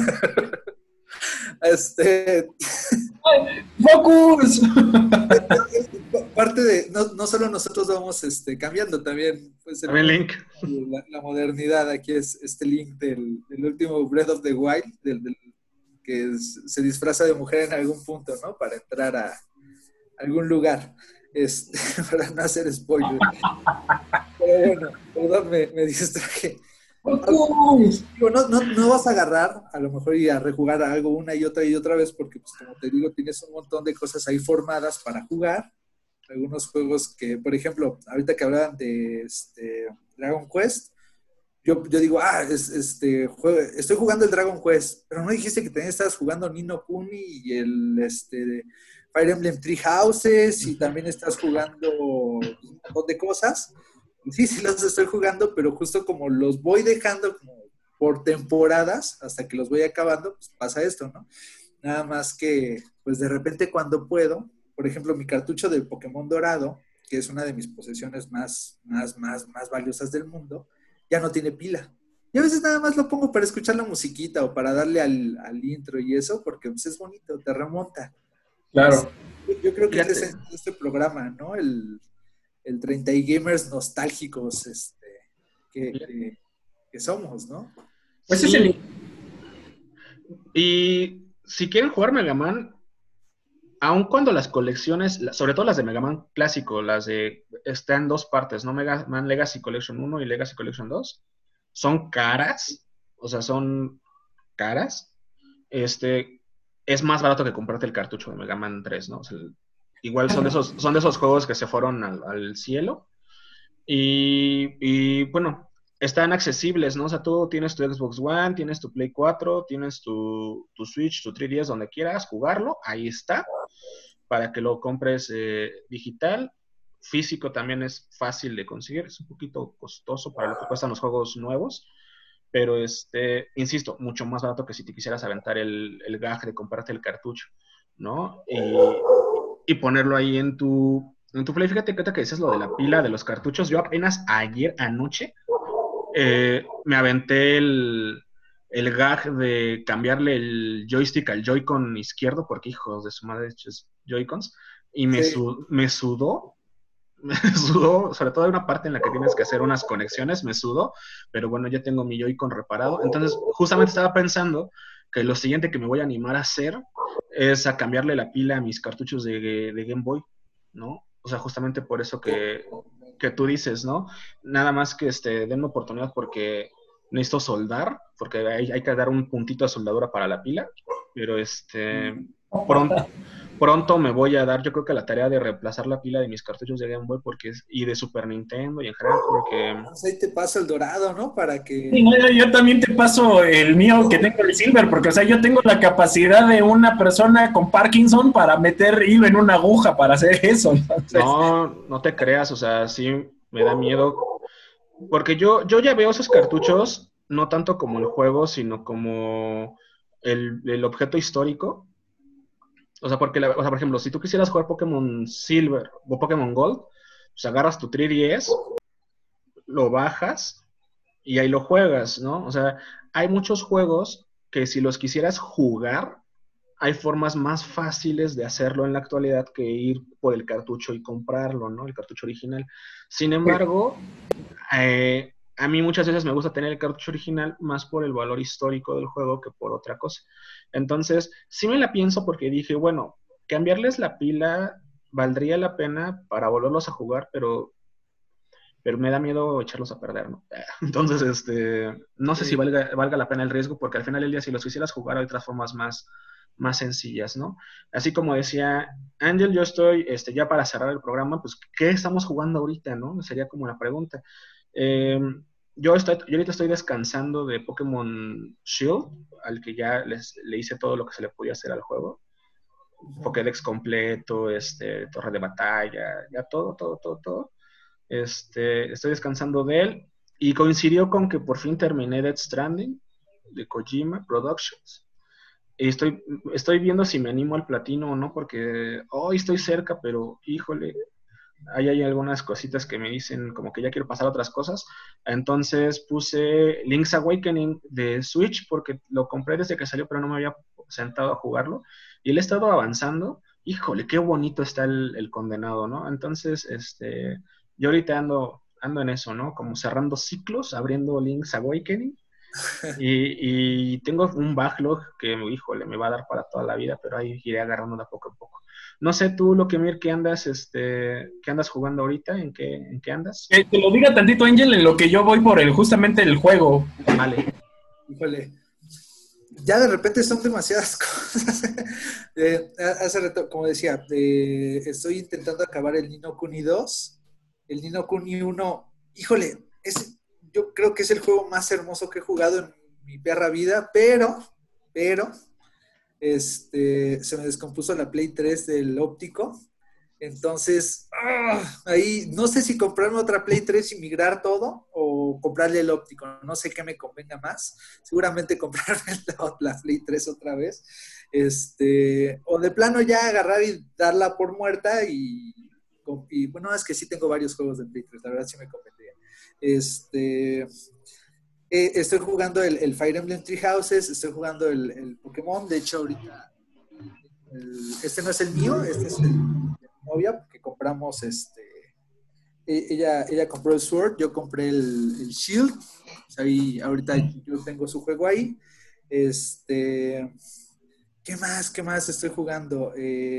Este, ¡Focus! parte de, no solo nosotros vamos cambiando, también pues el También mundo, Link. la modernidad, aquí es este link del último Breath of the Wild, que se disfraza de mujer en algún punto, ¿no? Para entrar a algún lugar, para no hacer spoiler. Pero bueno, perdón, me distraje. ¡Focus! Digo, no vas a agarrar a lo mejor y a rejugar algo una y otra vez porque, pues, como te digo, tienes un montón de cosas ahí formadas para jugar. Algunos juegos que, por ejemplo, ahorita que hablaban de Dragon Quest, yo digo, estoy jugando el Dragon Quest, pero no dijiste que también estabas jugando Ni no Kuni y el Fire Emblem Three Houses y también estás jugando un montón de cosas. Sí, sí los estoy jugando, pero justo como los voy dejando como por temporadas hasta que los voy acabando, pues pasa esto, ¿no? Nada más que, pues de repente cuando puedo, por ejemplo, mi cartucho de Pokémon Dorado, que es una de mis posesiones más valiosas del mundo, ya no tiene pila. Y a veces nada más lo pongo para escuchar la musiquita o para darle al intro y eso, porque pues, es bonito, te remonta. Es, Claro. yo creo que es la Fíjate. esencia de este programa, ¿no? El 30 y gamers nostálgicos que somos, ¿no? Pues es el... Sí, Y si quieren jugar Mega Man, aun cuando las colecciones, sobre todo las de Mega Man clásico, están en dos partes, ¿no? Mega Man Legacy Collection 1 y Legacy Collection 2, son caras, o sea, son caras. Es más barato que comprarte el cartucho de Mega Man 3, ¿no? O sea, igual son de esos juegos que se fueron al cielo. Bueno, están accesibles, ¿no? O sea, tú tienes tu Xbox One, tienes tu Play 4, tienes tu Switch, tu 3DS, donde quieras jugarlo, ahí está, para que lo compres digital. Físico también es fácil de conseguir, es un poquito costoso para lo que cuestan los juegos nuevos, pero insisto, mucho más barato que si te quisieras aventar el gag de comprarte el cartucho, ¿no? Y ponerlo ahí en tu Play. Fíjate que ahorita que dices lo de la pila de los cartuchos, yo apenas ayer anoche me aventé el gag de cambiarle el joystick al Joy-Con izquierdo, porque hijos de su madre, Joy-Cons, y Sí. me sudó, me sudó, sobre todo hay una parte en la que tienes que hacer unas conexiones, me sudó, pero bueno, ya tengo mi Joy-Con reparado. Entonces, justamente estaba pensando que lo siguiente que me voy a animar a hacer es a cambiarle la pila a mis cartuchos de Game Boy, ¿no? O sea, justamente por eso que tú dices, ¿no? Nada más que denme oportunidad porque necesito soldar, porque hay que dar un puntito de soldadura para la pila, pero pronto, pronto me voy a dar, yo creo que la tarea de reemplazar la pila de mis cartuchos de Game Boy y de Super Nintendo y en general, porque Pues ahí te paso el dorado, ¿no? Para Sí, que... no, yo también te paso el mío que tengo el Silver, porque, o sea, yo tengo la capacidad de una persona con Parkinson para meter hilo en una aguja para hacer eso. Entonces, no te creas, o sea, sí me da miedo, porque yo ya veo esos cartuchos no tanto como el juego, sino como el objeto histórico. O sea, por ejemplo, si tú quisieras jugar Pokémon Silver o Pokémon Gold, pues agarras tu 3DS, lo bajas y ahí lo juegas, ¿no? O sea, hay muchos juegos que si los quisieras jugar, hay formas más fáciles de hacerlo en la actualidad que ir por el cartucho y comprarlo, ¿no? El cartucho original. Sin embargo, a mí muchas veces me gusta tener el cartucho original más por el valor histórico del juego que por otra cosa. Entonces, sí me la pienso porque dije, bueno, cambiarles la pila valdría la pena para volverlos a jugar, pero me da miedo echarlos a perder, ¿no? Entonces, no sé si valga la pena el riesgo, porque al final del día, si los quisieras jugar, hay otras formas más sencillas, ¿no? Así como decía Ángel, yo estoy, ya para cerrar el programa, pues, ¿qué estamos jugando ahorita, no? Sería como la pregunta. Eh, yo ahorita estoy descansando de Pokémon Shield, al que ya le hice todo lo que se le podía hacer al juego. Pokédex completo, torre de batalla, ya todo, todo, todo, todo. Estoy descansando de él y coincidió con que por fin terminé Death Stranding de Kojima Productions. Y estoy viendo si me animo al platino o no, porque hoy estoy cerca, pero híjole, ahí hay algunas cositas que me dicen como que ya quiero pasar a otras cosas. Entonces puse Link's Awakening de Switch porque lo compré desde que salió, pero no me había sentado a jugarlo. Y le he estado avanzando. Híjole, qué bonito está el condenado, ¿no? Entonces, yo ahorita ando en eso, ¿no? Como cerrando ciclos, abriendo Link's Awakening. Y tengo un backlog que, híjole, me va a dar para toda la vida, pero ahí iré agarrando de poco a poco. No sé tú, Lokemir, ¿qué andas jugando ahorita? ¿En qué andas? que te lo diga tantito, Angel, en lo que yo voy por justamente el juego. Vale. Híjole, ya de repente son demasiadas cosas. Hace rato, como decía, estoy intentando acabar el Ni no Kuni 2. El Ni no Kuni 1, híjole, yo creo que es el juego más hermoso que he jugado en mi perra vida, pero, se me descompuso la Play 3 del óptico. Entonces, ahí no sé si comprarme otra Play 3 y migrar todo o comprarle el óptico. No sé qué me convenga más. Seguramente comprarme la Play 3 otra vez. O de plano ya agarrar y darla por muerta y bueno, es que sí tengo varios juegos de Play 3, la verdad sí me convendría. Estoy jugando el Fire Emblem Three Houses, estoy jugando el Pokémon. De hecho, ahorita este no es el mío, este es el de mi novia, porque compramos ella compró el Sword, yo compré el Shield. O sea, ahorita yo tengo su juego ahí. Este, ¿qué más estoy jugando?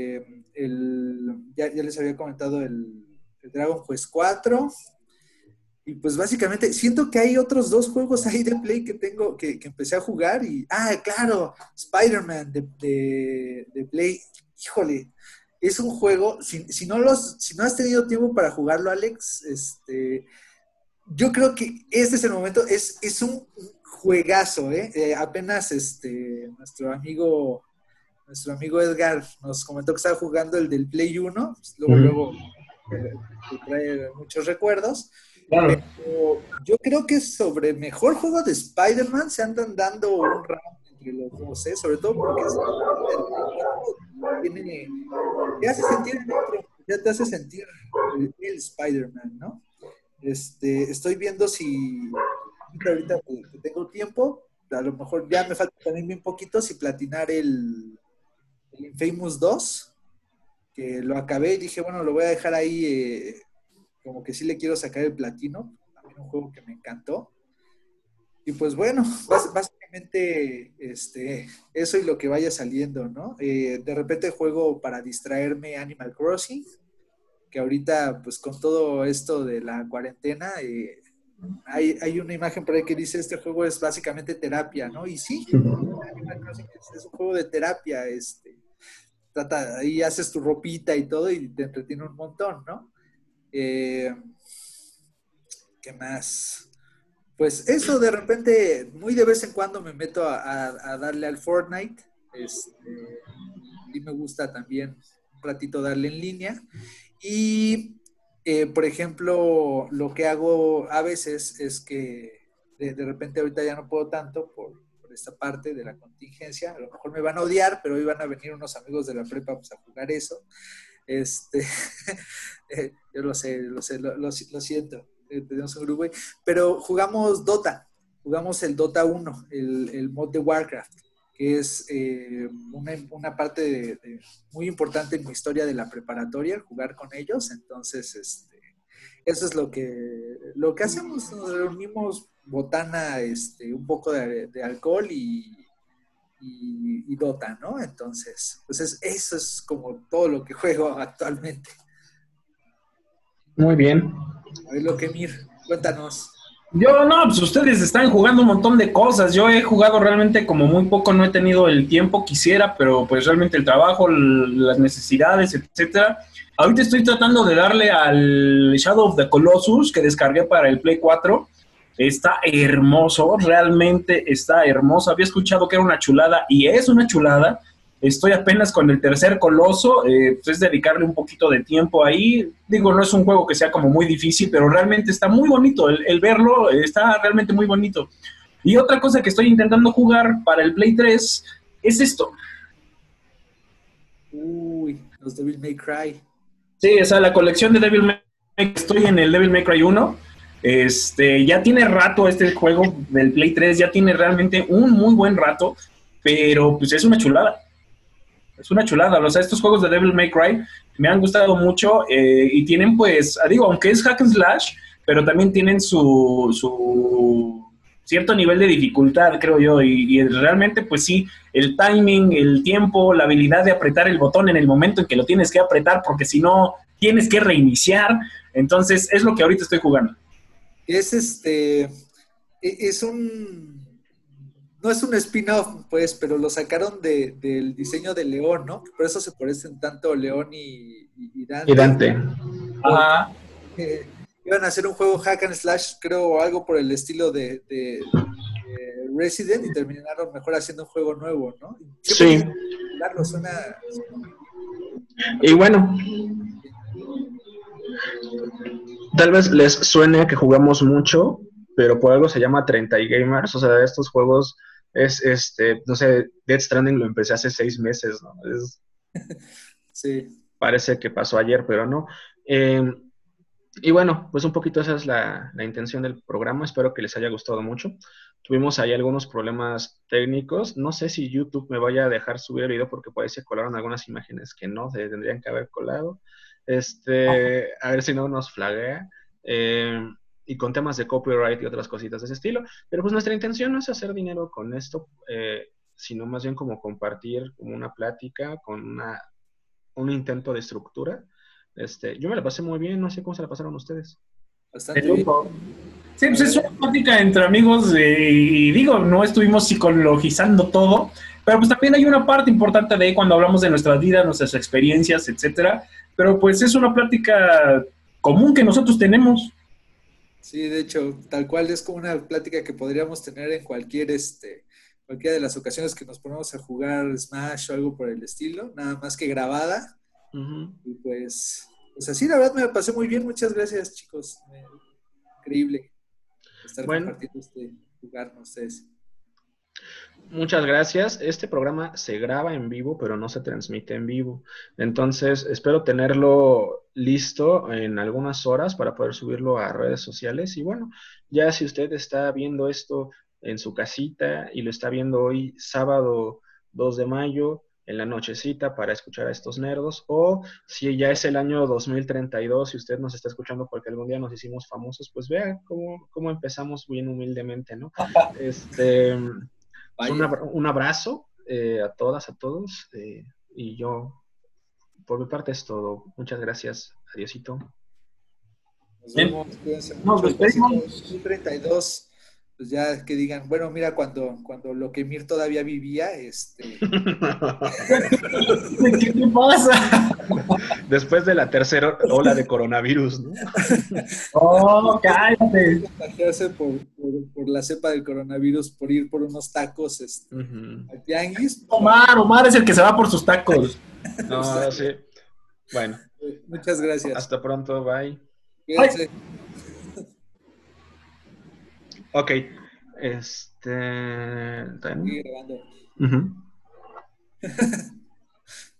Ya les había comentado el Dragon Quest 4. Y pues básicamente siento que hay otros dos juegos ahí de Play que tengo, que empecé a jugar y, claro, Spider-Man de Play. Híjole, es un juego, si no has tenido tiempo para jugarlo, Alex, yo creo que este es el momento, es un juegazo, ¿eh? Apenas nuestro amigo Edgar nos comentó que estaba jugando el del Play 1, pues luego te trae muchos recuerdos. Claro. Pero yo creo que sobre mejor juego de Spider-Man se andan dando un round entre los dos, ¿eh? Sobre todo porque tiene, te hace sentir dentro, ya te hace sentir el Spider-Man, ¿no? Estoy viendo si ahorita que tengo tiempo, a lo mejor ya me falta también bien poquito si platinar el Infamous 2, que lo acabé y dije, bueno, lo voy a dejar ahí, como que sí le quiero sacar el platino, también un juego que me encantó. Y pues bueno, básicamente eso y lo que vaya saliendo, ¿no? De repente juego para distraerme Animal Crossing, que ahorita pues con todo esto de la cuarentena, hay una imagen por ahí que dice este juego es básicamente terapia, ¿no? Y sí, Animal Crossing es un juego de terapia, ahí haces tu ropita y todo y te entretiene un montón, ¿no? ¿Qué más? Pues eso, de repente, muy de vez en cuando me meto a darle al Fortnite. Y me gusta también un ratito darle en línea. Y, por ejemplo, lo que hago a veces es que de repente ahorita ya no puedo tanto por esta parte de la contingencia. A lo mejor me van a odiar, pero hoy van a venir unos amigos de la prepa pues, a jugar eso. Yo lo sé, lo siento, tenemos un grupo, pero jugamos el Dota 1, el mod de Warcraft, que es una parte muy importante en mi historia de la preparatoria, jugar con ellos, entonces eso es lo que hacemos, nos reunimos, botana, un poco de alcohol y Dota, ¿no? Entonces, pues eso es como todo lo que juego actualmente. Muy bien. A ver, Mir, cuéntanos. Yo no, pues ustedes están jugando un montón de cosas. Yo he jugado realmente como muy poco, no he tenido el tiempo quisiera, pero pues realmente el trabajo, las necesidades, etcétera. Ahorita estoy tratando de darle al Shadow of the Colossus que descargué para el Play 4. Está hermoso, realmente está hermoso. Había escuchado que era una chulada y es una chulada. Estoy apenas con el tercer coloso, pues es dedicarle un poquito de tiempo ahí. Digo, no es un juego que sea como muy difícil, pero realmente está muy bonito. El verlo está realmente muy bonito. Y otra cosa que estoy intentando jugar para el Play 3 es esto. Uy, los Devil May Cry. Sí, o sea, la colección de Devil May Cry, estoy en el Devil May Cry 1. Ya tiene rato este juego del Play 3, ya tiene realmente un muy buen rato, pero pues es una chulada. Es una chulada, o sea, estos juegos de Devil May Cry me han gustado mucho y tienen pues, digo, aunque es hack and slash, pero también tienen su cierto nivel de dificultad, creo yo, y realmente pues sí, el timing, el tiempo, la habilidad de apretar el botón en el momento en que lo tienes que apretar, porque si no, tienes que reiniciar, entonces es lo que ahorita estoy jugando. Es no es un spin-off, pues, pero lo sacaron del diseño de León, ¿no? Por eso se parecen tanto León y Dante. Y Dante. Ajá. Iban a hacer un juego hack and slash, creo, algo por el estilo de Resident, y terminaron mejor haciendo un juego nuevo, ¿no? Sí. Suena... Y bueno, tal vez les suene que jugamos mucho, pero por algo se llama 30 y Gamers, o sea, estos juegos no sé, Death Stranding lo empecé hace 6 meses, ¿no? Sí. Parece que pasó ayer, pero no. Y bueno, pues un poquito esa es la intención del programa, espero que les haya gustado mucho. Tuvimos ahí algunos problemas técnicos, no sé si YouTube me vaya a dejar subir el video porque por ahí se colaron algunas imágenes que no se tendrían que haber colado. A ver si no nos flaguea. y con temas de copyright y otras cositas de ese estilo. Pero pues nuestra intención no es hacer dinero con esto, sino más bien como compartir como una plática, con un intento de estructura. Yo me la pasé muy bien, no sé cómo se la pasaron ustedes. Bastante bien. Sí, pues es una plática entre amigos y digo, no estuvimos psicologizando todo, pero pues también hay una parte importante de ahí cuando hablamos de nuestras vidas, nuestras experiencias, etcétera, pero pues es una plática común que nosotros tenemos. Sí, de hecho, tal cual es como una plática que podríamos tener en cualquiera de las ocasiones que nos ponemos a jugar Smash o algo por el estilo, nada más que grabada. Uh-huh. Y pues así, la verdad me la pasé muy bien. Muchas gracias, chicos. Increíble estar compartiendo este lugar con ustedes. Muchas gracias. Este programa se graba en vivo, pero no se transmite en vivo. Entonces, espero tenerlo listo en algunas horas para poder subirlo a redes sociales. Y bueno, ya si usted está viendo esto en su casita y lo está viendo hoy, sábado 2 de mayo, en la nochecita para escuchar a estos nerdos, o si ya es el año 2032 y usted nos está escuchando porque algún día nos hicimos famosos, pues vea cómo empezamos bien humildemente, ¿no? Un abrazo a todas, a todos. Y yo, por mi parte, es todo. Muchas gracias. Adiósito. Nos vemos. Cuídense Nos mucho. despedimos. 2032, pues ya que digan, bueno, mira, cuando lo que Mir todavía vivía, ¿Qué te pasa? Después de la tercera ola de coronavirus, ¿no? Oh, cállate. Contagiarse por la cepa del coronavirus, por ir por unos tacos al tianguis. Omar es el que se va por sus tacos. No, sí. Bueno. Muchas gracias. Hasta pronto, bye. Cuídense. Ok. Sigue grabando. Uh-huh.